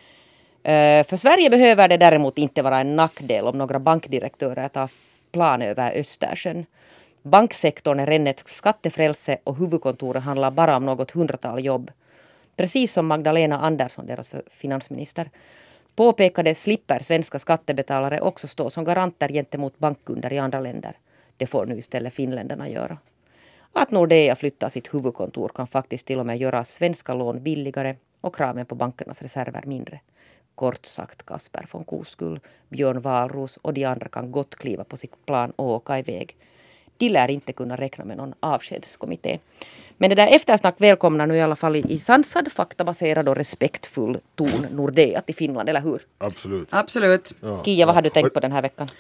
För Sverige behöver det däremot inte vara en nackdel om några bankdirektörer tar plan över Östersjön. Banksektorn är redan ett skattefrälse och huvudkontoret handlar bara om något 100-tal jobb. Precis som Magdalena Andersson, deras finansminister, påpekade slipper svenska skattebetalare också stå som garanter gentemot bankkunder i andra länder. Det får nu istället finländarna göra. Att Nordea flyttar sitt huvudkontor kan faktiskt till och med göra svenska lån billigare och kraven på bankernas reserver mindre. Kort sagt, Kasper von Koskull, Björn Wahlroos och de andra kan gott kliva på sitt plan och åka iväg. De lär inte kunna räkna med någon avskedskommitté. Men det där eftersnack välkomnar nu i alla fall i sansad, faktabaserad och respektfull ton Nordea till Finland, eller hur? Absolut. Ja. Kia, vad har du tänkt på den här veckan?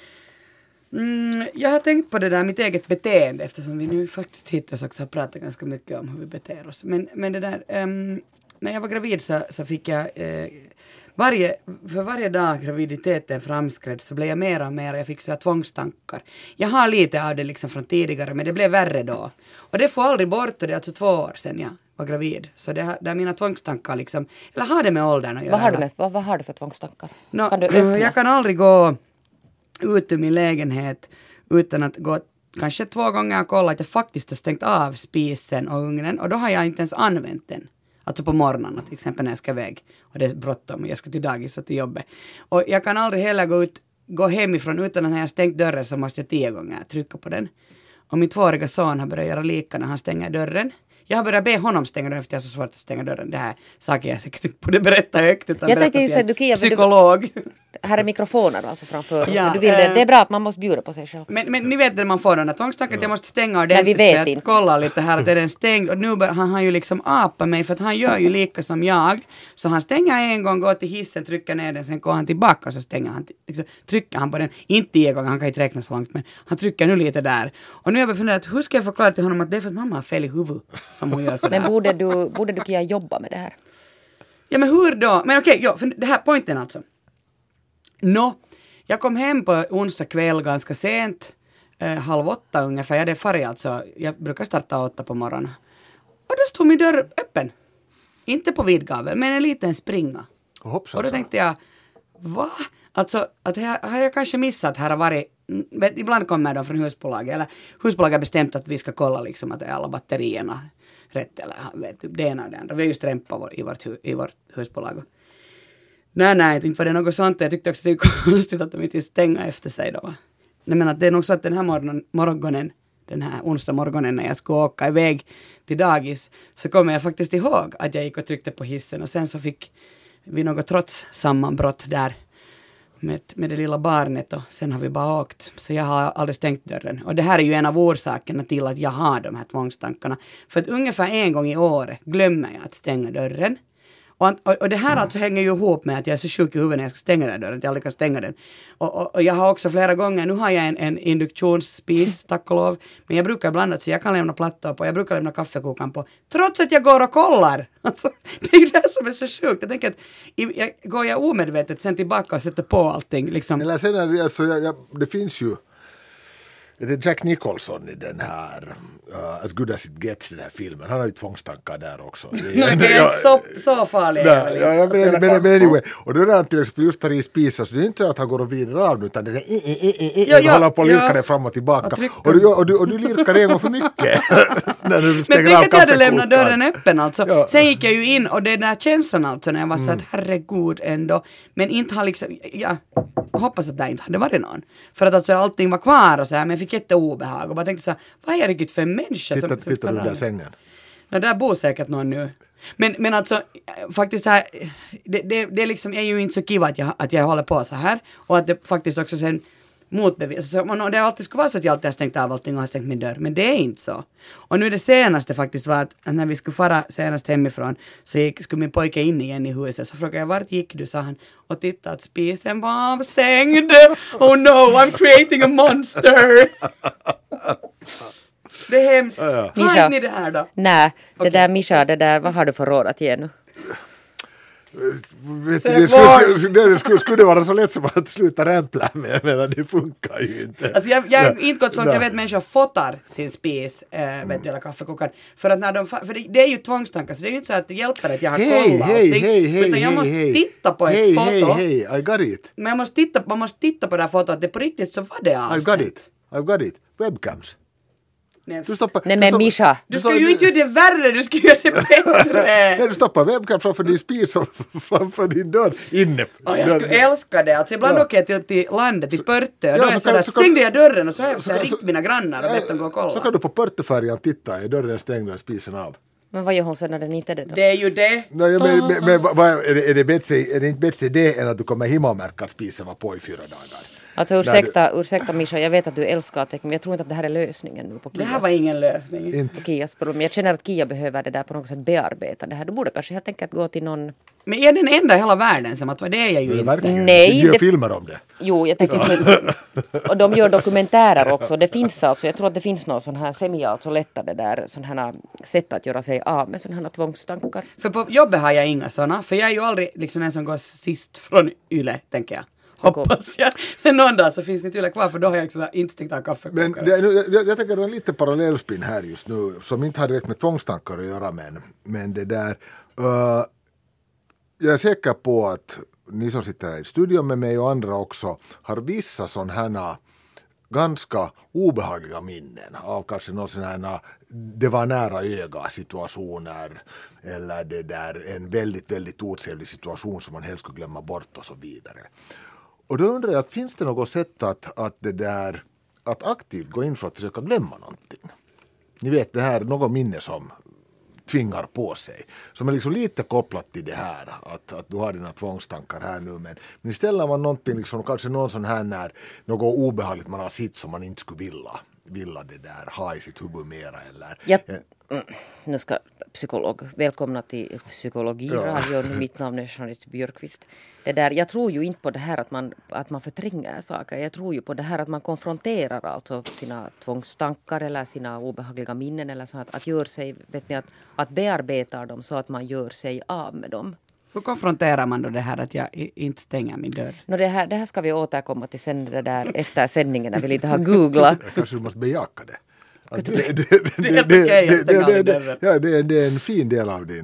Jag har tänkt på det där mitt eget beteende eftersom vi nu faktiskt hittills också har pratat ganska mycket om hur vi beter oss. Men det där, när jag var gravid så fick jag... För varje dag graviditeten framskred så blev jag mer och mer, jag fick sådär tvångstankar. Jag har lite av det liksom från tidigare, men det blev värre då. Och det får aldrig bort, och det är alltså 2 år sedan jag var gravid. Så det är mina tvångstankar liksom, eller har det med åldern att göra. Vad har du för tvångstankar? Kan du öppna? Jag kan aldrig gå ut ur min lägenhet utan att gå kanske 2 gånger och kolla att jag faktiskt har stängt av spisen och ugnen, och då har jag inte ens använt den. Alltså på morgnarna till exempel när jag ska iväg och det är bråttom och jag ska till dagis och till jobbet. Och jag kan aldrig heller gå hemifrån utan att när jag stängt dörren så måste jag 10 gånger trycka på den. Och min 2-åriga son har börjat göra lika när han stänger dörren. Jag har börjat be honom stänga dörren för jag har så svårt att stänga dörren. Det här saker jag säkert borde berätta högt utan jag berätta till en psykolog. Här är mikrofoner alltså framför. Ja, du vill det är bra att man måste bjuda på sig själv. Men ni vet när man får den här tvångstanken att jag måste stänga ordentligt. Men vi vet så jag kollar lite här att är den stängd. Och nu han har ju liksom apat mig för att han gör ju lika som jag. Så han stänger en gång, går till hissen, trycker ner den, sen går han tillbaka och så stänger han. Liksom, trycker han på den, inte 10 gånger, han kan inte räkna så långt, men han trycker nu lite där. Och nu har jag funderat, hur ska jag förklara till honom att det är för att mamma har fel i huvudet som hon gör sådär. Men borde du Kia jobba med det här? Ja, men hur då? Men okej, för det här poängen alltså. Jag kom hem på onsdag kväll ganska sent, 7:30 ungefär. Jag hade farit alltså, jag brukar starta 8 på morgonen. Och då stod min dörr öppen. Inte på vidgavel, men en liten springa. Hoppsan, och då tänkte jag, va? Alltså, att har jag kanske missat att här har varit, ibland kommer de från husbolaget, eller husbolaget har bestämt att vi ska kolla liksom att alla batterierna rätt, eller vet du, det ena och det andra. Vi har just rempat i vårt husbolag. Nej, inte var det något sånt. Jag tyckte också att det är konstigt att de inte stänga efter sig då. Va? Jag menar att det är nog så att den här morgonen, den här onsdag morgonen när jag skulle åka iväg till dagis, så kommer jag faktiskt ihåg att jag gick och tryckte på hissen och sen så fick vi något trots sammanbrott där med det lilla barnet och sen har vi bara åkt. Så jag har aldrig stängt dörren. Och det här är ju en av orsakerna till att jag har de här tvångstankarna. För att ungefär en gång i året glömmer jag att stänga dörren. Och det här alltså hänger ju ihop med att jag är så sjuk i huvudet när jag ska stänga den dörren, att jag aldrig kan stänga den. Och jag har också flera gånger, nu har jag en induktionsspis, tack och lov, men jag brukar ibland så jag kan lämna plattor på, jag brukar lämna kaffekokan på, trots att jag går och kollar. Alltså, det är ju det som är så sjukt. Jag tänker att går jag omedvetet sen tillbaka och sätter på allting. Liksom. Eller sen är det, alltså, det finns ju, det är Jack Nicholson i den här As Good As It Gets, den här filmen. Han har ju tvångstankar där också. Det är så farligt. Men anyway, och då är han till exempel just tar i spisa, så det är inte så att han går och vrider av, utan det är håller på att lirka det fram och tillbaka. Och du lirkar en gång för mycket. Men tänk att jag hade lämnat dörren öppen alltså. Ja. Sen gick jag ju in och den där känslan alltså när jag var så att herregud ändå. Men inte har liksom, jag hoppas att det inte hade varit någon. För att alltså allting var kvar och så här, men jag fick jätteobehag och bara tänkte så här, vad är jag riktigt för människa? Tittar du där sängen? Ja, där bor säkert någon nu. Men alltså, faktiskt här, det liksom är ju inte så kiva att jag håller på så här. Och att det faktiskt också sen motbevisas. Alltså, det alltid skulle vara så att jag alltid har stängt av allting och har stängt min dörr. Men det är inte så. Och nu det senaste faktiskt var att när vi skulle fara senast hemifrån så skulle min pojke in igen i huset. Så frågade jag, vart gick du, sa han. Och tittade att spisen var avstängd. Oh no, I'm creating a monster. Det är hemskt. Har inte ni det här då? Nej, det där Mischa, vad har du för råd att ge nu? Det skulle vara så lätt som att sluta rämpla med, men det funkar ju inte. Alltså jag är inte gått så att jag vet människor fotar sin spis, vet du, eller kaffekokaren. För att när för det är ju tvångstankar, så det är ju inte så att det hjälper att jag har kollat allting. Utan jag måste titta på ett foto. I got it. Men man måste titta på det här fotot, att det på riktigt så var det avstängt. I got it. Webcams. Nej men Mischa. Du ska ju inte göra det värre, du ska göra det bättre. Nej, du stoppar webcam framför din spis och framför din dörr inne. Jag skulle älska det. Alltså ibland åker jag till landet, till Pörtö. Då är jag sådär, stängde jag dörren och så har jag ringt mina grannar och bett dem gå och kolla. Så kan du på Pörtöfärjan titta, är dörren stängd och spisen av. Men vad gör hon sen när den inte är det då? Det är ju det. Nej, men är det inte bättre det än att du kommer hem och märker att spisen var på i 4 dagar? Alltså ursäkta Mischa, jag vet att du älskar tecken, men jag tror inte att det här är lösningen nu på Kias. Det här var ingen lösning. Kias problem. Jag känner att Kia behöver det där på något sätt bearbeta det här. Du borde kanske helt enkelt gå till någon... Men är den enda i hela världen som att vad det är jag ju inte. Nej. De gör filmer om det. Jo, jag tänker så. Och de gör dokumentärer också. Det finns alltså, jag tror att det finns någon sån här alltså lättare där, sån här sätt att göra sig av med sån här tvångstankar. För på jobbet har jag inga såna, för jag är ju aldrig liksom en som går sist från Yle, tänker jag. Hoppas jag. Någon dag så finns inte Yle kvar, för då har jag också inte stängt av kaffekokare. Men jag tänker att det är lite parallellspinn här just nu, som inte har direkt med tvångstankar att göra, men det där... jag är säker på att ni som sitter här i studion med mig och andra också har vissa sådana här ganska obehagliga minnen av kanske någon sån här det var nära öga situationer eller det där en väldigt, väldigt otrevlig situation som man helst skulle glömma bort och så vidare. Och då undrar jag, att finns det något sätt att det där att aktivt gå in för att försöka glömma någonting? Ni vet, det här något minne som tvingar på sig. Som är liksom lite kopplat till det här. Att du har dina tvångstankar här nu. Men istället man någonting, liksom, kanske någon sån här när något obehagligt man har sett som man inte skulle vilja det där ha i sitt huvud mera. Eller, nu ska psykolog. Välkomna till Psykologiradion. Ja. Mitt namn är Jeanette Björkqvist. Det där, jag tror ju inte på det här att man förtränger saker. Jag tror ju på det här att man konfronterar alltså sina tvångstankar eller sina obehagliga minnen eller så att gör sig, vet ni, att bearbeta dem så att man gör sig av med dem. Hur konfronterar man då det här att jag inte stänger min dörr? Det här ska vi återkomma till sen det där efter sändningen när vi lite har googlat. Kanske du måste bejaka det. Det är helt okej att stänga av dörren. Ja, det är en fin del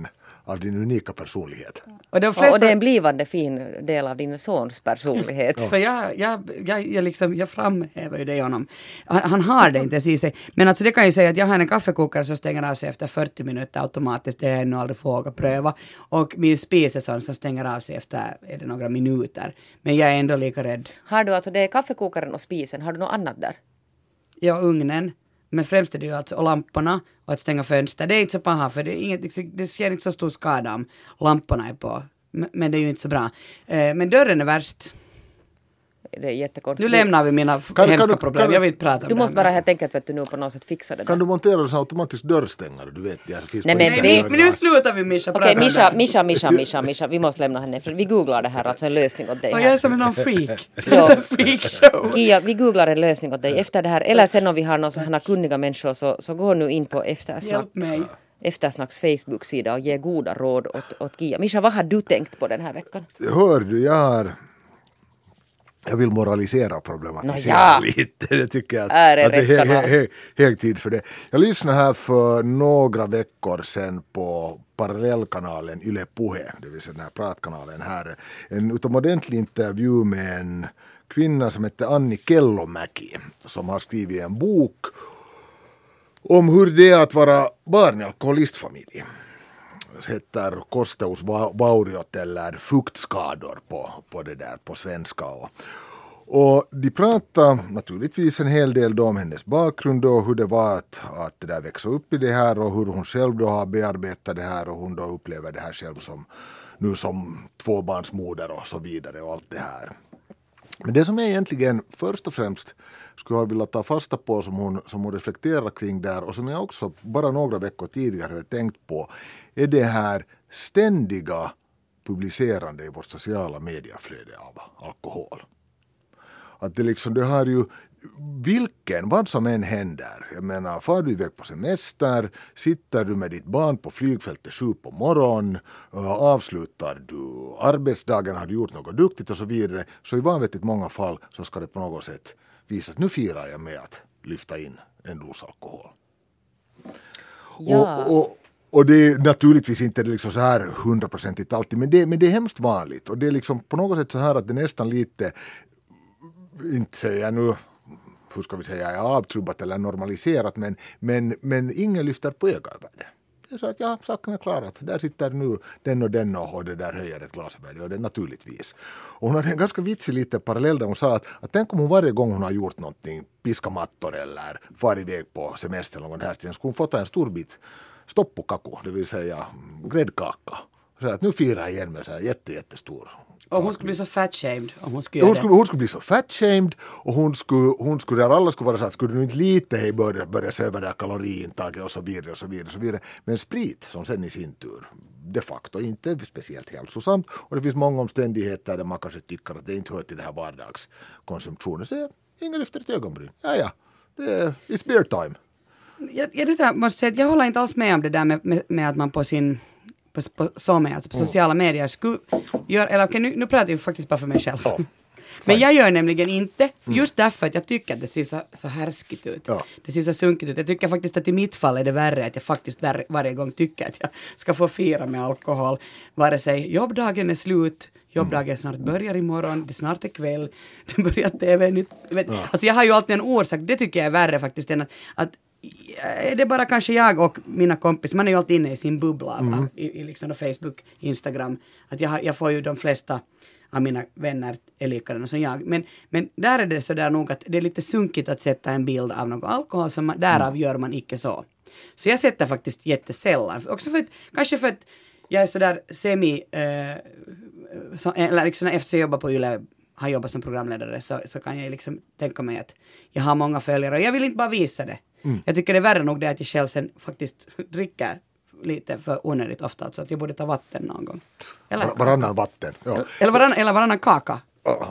av din unika personlighet. Och de Och flesta... det är en blivande fin del av din sons personlighet. För jag framhäver ju det i honom. Han har det inte ens i sig. Men alltså det kan ju säga att jag har en kaffekokare som stänger av sig efter 40 minuter automatiskt. Det har jag ännu aldrig vågat pröva. Och min spis är sån som stänger av sig efter är det några minuter. Men jag är ändå lika rädd. Har du alltså, det är kaffekokaren och spisen, har du något annat där? Ja, ugnen. Men främst är det ju alltså och lamporna och att stänga fönster. Det är inte så paha för det ser inte så stor skada om lamporna är på. Men det är ju inte så bra. Men dörren är värst. Det är jättekonstigt. Nu lämnar vi mina hemska problem. Jag vill inte prata om du det. måste bara helt enkelt vet du, nu på något sätt fixa det där. Kan du montera en automatisk dörrstängare? Du vet, det finns Nej, på men internet. Men nu slutar vi Mischa Okej, prata om det. Mischa, vi måste lämna henne. Vi googlar det här, alltså en lösning åt dig Och jag är här. som någon freak. Ja. Freakshow. Kia, vi googlar en lösning åt dig efter det här. Eller sen om vi har någon sådana kunniga människor så gå nu in på Hjälp mig. Eftersnacks Facebook-sida och ge goda råd åt Kia. Mischa, vad har du tänkt på den här veckan? Hör du, jag vill moralisera och problematisera Ja. lite. Det tycker jag Är det att det är rätt hög tid för det. Jag lyssnade här för några veckor sedan på parallellkanalen Yle Puhe, det vill säga den här pratkanalen här. En utomordentlig intervju med en kvinna som heter Anni Kellomäki som har skrivit en bok om hur det är att vara barn i alkoholistfamilj. Det heter kosteusvauriot eller fuktskador på det där på svenska. Och de pratar naturligtvis en hel del då om hennes bakgrund och hur det var att det där växa upp i det här och hur hon själv då har bearbetat det här och hon då upplever det här själv som tvåbarnsmoder och så vidare och allt det här. Men det som är egentligen först och främst skulle jag vilja ta fasta på som hon reflekterar kring där och som jag också bara några veckor tidigare hade tänkt på är det här ständiga publicerande i vårt sociala mediaflöde av alkohol. Att det har ju vad som än händer. Jag menar, far du iväg på semester, sitter du med ditt barn på flygfältet 7 på morgon, avslutar du arbetsdagen, har du gjort något duktigt och så vidare. Så i vanvettigt många fall så ska det på något sätt visa att nu firar jag med att lyfta in en dos alkohol. Ja. Och det är naturligtvis inte liksom så här 100% alltid, men det är hemskt vanligt. Och det är liksom på något sätt så här att det nästan lite, inte säger jag nu, hur ska vi säga, är avtrubbat eller normaliserat, men ingen lyfter på öga över det. Det är så att saken är klar att där sitter nu den och det där höjer ett glas över det och det är naturligtvis. Och hon hade en ganska vitsig lite parallell där hon sa att tänk om hon varje gång hon har gjort någonting, piska mattor eller far iväg på semester eller någon här ställen, skulle hon få ta en stor bit stoppukaku, det vill säga gräddkaka. Så att nu firar jag igen med så här jättestor. Och hon skulle bli så fat-shamed om hon skulle göra det. Hon skulle bli så fat-shamed och hon skulle där alla skulle vara så att skulle du inte lite börja se över det här kaloriintaget och så vidare. Men sprit som sen i sin tur de facto inte speciellt hälsosamt och det finns många omständigheter där man kanske tycker att det inte hör till det här vardagskonsumtionen. Så ingen efter ett ögonbryn. Ja, it's beer time. Ja, det där måste säga att jag håller inte alls med om det där med att man på sin på sociala medier skulle göra, eller okej, nu pratar jag faktiskt bara för mig själv. Ja, men jag gör nämligen inte, just därför att jag tycker att det ser så härskigt ut. Ja. Det ser så sunkigt ut. Jag tycker faktiskt att i mitt fall är det värre att jag faktiskt varje gång tycker att jag ska få fira med alkohol. Vare sig jobbdagen är slut, jobbdagen snart börjar imorgon, det snart är kväll, det börjar tv nytt. Alltså jag har ju alltid en orsak, det tycker jag är värre faktiskt än att det är bara kanske jag och mina kompisar, man är ju alltid inne i sin bubbla i liksom Facebook, Instagram, att jag får ju de flesta av mina vänner är likadana som jag, men där är det så där nog att det är lite sunkigt att sätta en bild av något alkohol, som därav gör man inte så jag sätter faktiskt jättesällan, också kanske för att jag är så där eller liksom efter jag jobbar på Yle, har jobbat som programledare, så kan jag liksom tänka mig att jag har många följare och jag vill inte bara visa det. Jag tycker det är värre nog det att jag själv sen faktiskt dricker lite för onödigt ofta, så att jag borde ta vatten någon gång. Eller varannan vatten. Ja. Eller varannan kaka.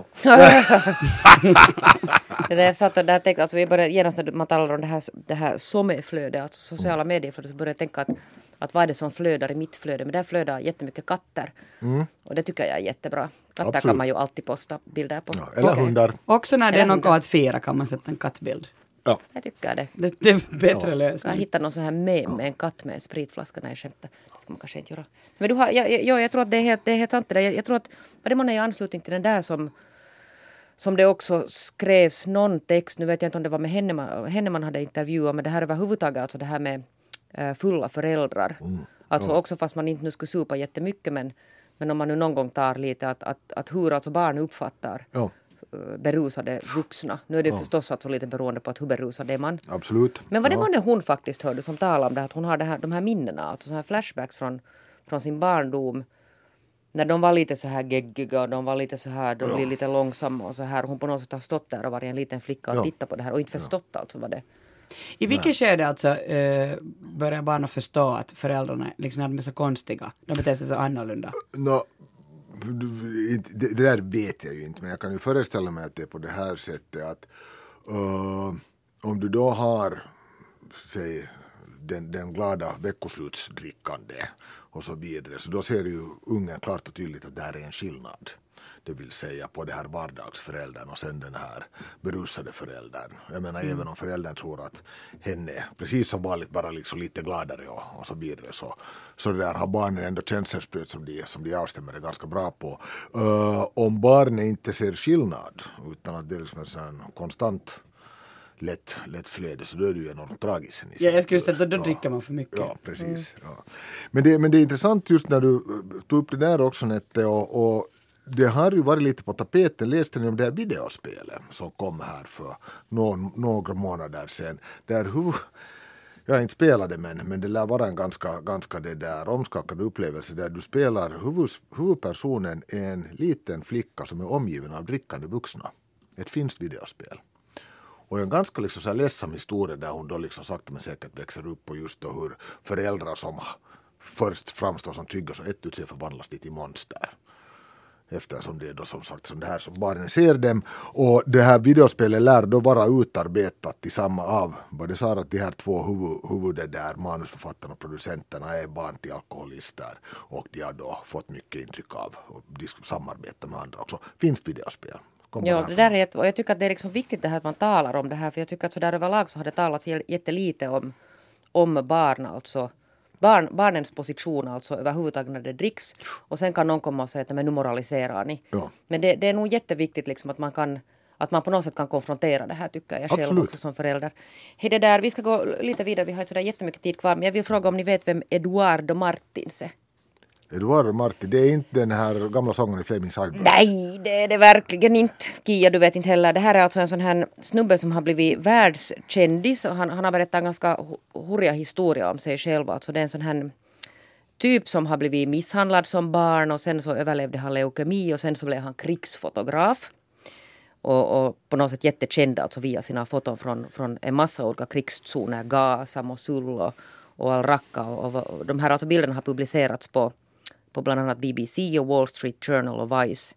Det där jag satt och där tänkte, alltså vi började genast när man talar om det här sommarflödet, alltså sociala medieflödet, så började jag tänka att vad är det som flödar i mitt flöde, men där flödar jättemycket katter. Och det tycker jag är jättebra. Katter Absolut. Kan man ju alltid posta bilder på. Ja, eller hundar. Också när det är något att fira kan man sätta en kattbild. Ja. Jag tycker det. Det är bättre Jag lösning. hittar någon sån här meme med en katt med en spritflaska. Nej, skämta. Det ska man kanske inte göra. Men du har, jag tror att det är helt sant det där. Jag tror att var det månne i anslutning till den där som det också skrevs någon text. Nu vet jag inte om det var med henne man hade intervjuat. Men det här överhuvudtaget, alltså det här med fulla föräldrar. Alltså också fast man inte nu skulle supa jättemycket. Men om man nu någon gång tar lite att hur alltså barn uppfattar berusade vuxna. Nu är det förstås alltså lite beroende på att hur berusad är man. Absolut. Men vad det var när hon faktiskt hörde som talade om det, att hon har de här minnena, alltså så här flashbacks från sin barndom. När de var lite så här geggiga och de var lite så här, de blir lite långsamma och så här. Hon på något sätt har stått där och varit en liten flicka och tittat på det här och inte förstått alltså vad det. I vilket skede alltså börjar barnen förstå att föräldrarna liksom, när de är så konstiga, de beter sig så annorlunda? Det där vet jag ju inte, men jag kan ju föreställa mig att det är på det här sättet att om du då har, säg, den glada veckoslutsdrickande och så vidare, så då ser ju ungen klart och tydligt att det här är en skillnad. Det vill säga på det här vardagsföräldern och sen den här berusade föräldern. Jag menar även om föräldern tror att henne, precis som vanligt, bara liksom lite gladare och så vidare, så det där har barnen ändå känselspröt som de avstämmer är ganska bra på. Om barnen inte ser skillnad utan att det är liksom en sån konstant lätt flöde, så då är det ju enormt tragiskt. Ja, jag skulle säga att då dricker man för mycket. Ja, precis. Ja. Men det är intressant just när du tog upp det där också, Nette, och det har ju varit lite på tapeten. Läste ni om det här videospelet som kom här för några månader sedan? Där jag inte spelade, men det lär vara en ganska det där omskakande upplevelse där du spelar huvudpersonen en liten flicka som är omgiven av drickande vuxna. Ett finskt videospel. Och en ganska liksom så här ledsam historia där hon då liksom sakta men säkert växer upp och just då hur föräldrar som först framstår som trygga så ett ut förvandlas till monster. Eftersom det är då som sagt som det här som barnen ser dem. Och det här videospelet lär då vara utarbetat i samma av vad det sa att de här två huvuden där manusförfattarna och producenterna är barn till alkoholister. Och de har då fått mycket intryck av och de samarbetar med andra också. Finns videospel? Ja, det där är, och jag tycker att det är liksom viktigt det här att man talar om det här. För jag tycker att så där överlag så har det talats jättelite om barn, alltså. Barnens position alltså överhuvudtaget när det dricks. Och sen kan någon komma och säga att nu moraliserar ni. Ja. Men det är nog jätteviktigt liksom att man på något sätt kan konfrontera det här, tycker jag själv också som förälder. Hej, det där, vi ska gå lite vidare, vi har inte så där jättemycket tid kvar. Men jag vill fråga om ni vet vem Eduardo Martins är. Eduardo Martins, det är inte den här gamla sången i Flaming Sideburns. Nej, det är det verkligen inte. Kia, du vet inte heller. Det här är alltså en sån här snubbe som har blivit världskändis. Och han har berättat en ganska hurriga historia om sig själv. Alltså det är en sån här typ som har blivit misshandlad som barn. Och sen så överlevde han leukemi. Och sen så blev han krigsfotograf. Och på något sätt jättekänd alltså via sina foton från en massa olika krigszoner. Gaza, Mosul och Al-Raqqa. Och de här alltså bilderna har publicerats på bland annat BBC och Wall Street Journal och Vice.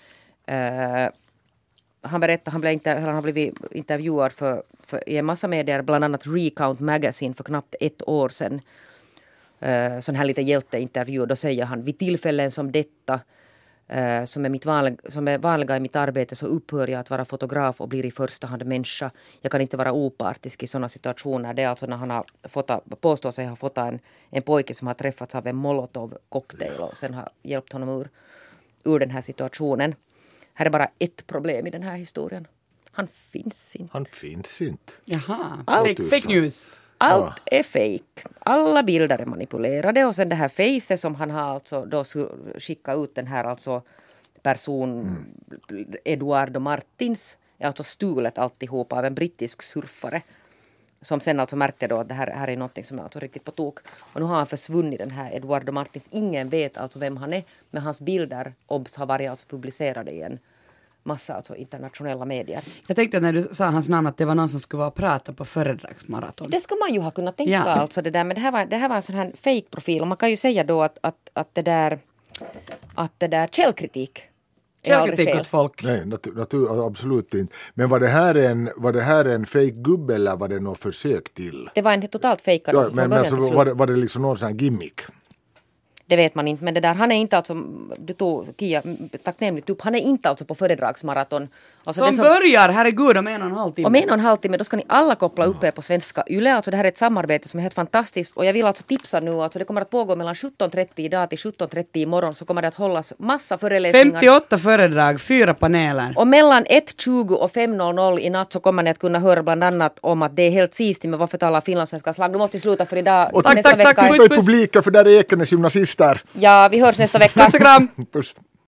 Han berättade, han har blivit intervjuad i en massa medier, bland annat Recount Magazine för knappt 1 år sedan. Sån här lite hjälteintervju. Då säger han, vid tillfällen som detta som är vanliga i mitt arbete så upphör jag att vara fotograf och blir i första hand människa. Jag kan inte vara opartisk i sådana situationer. Det är alltså när han har påstår sig ha fått en pojke som har träffats av en molotov-cocktail och sen har hjälpt honom ur den här situationen. Här är bara ett problem i den här historien. Han finns inte. Jaha, fake news. Allt är fake. Alla bilder är manipulerade och sen det här facet som han har alltså då skickat ut den här alltså person Eduardo Martins är alltså stulet alltihop av en brittisk surfare som sen alltså märkte då att det här är någonting som är alltså riktigt på tok. Och nu har han försvunnit, den här Eduardo Martins. Ingen vet alltså vem han är, men hans bilder har varit alltså publicerade i en massa alltså internationella medier. Jag tänkte när du sa hans namn att det var någon som skulle vara och prata på föredragsmaraton. Det skulle man ju ha kunnat tänka alltså det där, men det här var en sån här fake-profil och man kan ju säga då att det där källkritik åt folk. Nej, absolut inte. Men var det här en fake-gubbe eller var det något försök till? Det var en totalt fejkad. Ja, men alltså, var det liksom någon sån här gimmick? Det vet man inte, men det där, han är inte alltså, du tog Kia tacknämligt upp, han är inte alltså på föredragsmaraton Alltså som börjar, herregud, om 1,5 timme. Om 1,5 timme, då ska ni alla koppla upp er på Svenska Yle. Alltså det här är ett samarbete som är helt fantastiskt. Och jag vill alltså tipsa nu, alltså det kommer att pågå mellan 17.30 idag till 17.30 imorgon. Så kommer det att hållas massa föreläsningar. 58 föredrag, 4 paneler. Och mellan 1.20 och 5.00 i natt så kommer ni att kunna höra bland annat om att det är helt sistigt med varför talar finlandssvenska slang. Nu måste vi sluta för idag. Och tack, titta i publiken för där är Ekenäs gymnasister. Ja, vi hörs nästa vecka. Puss och kram! Puss.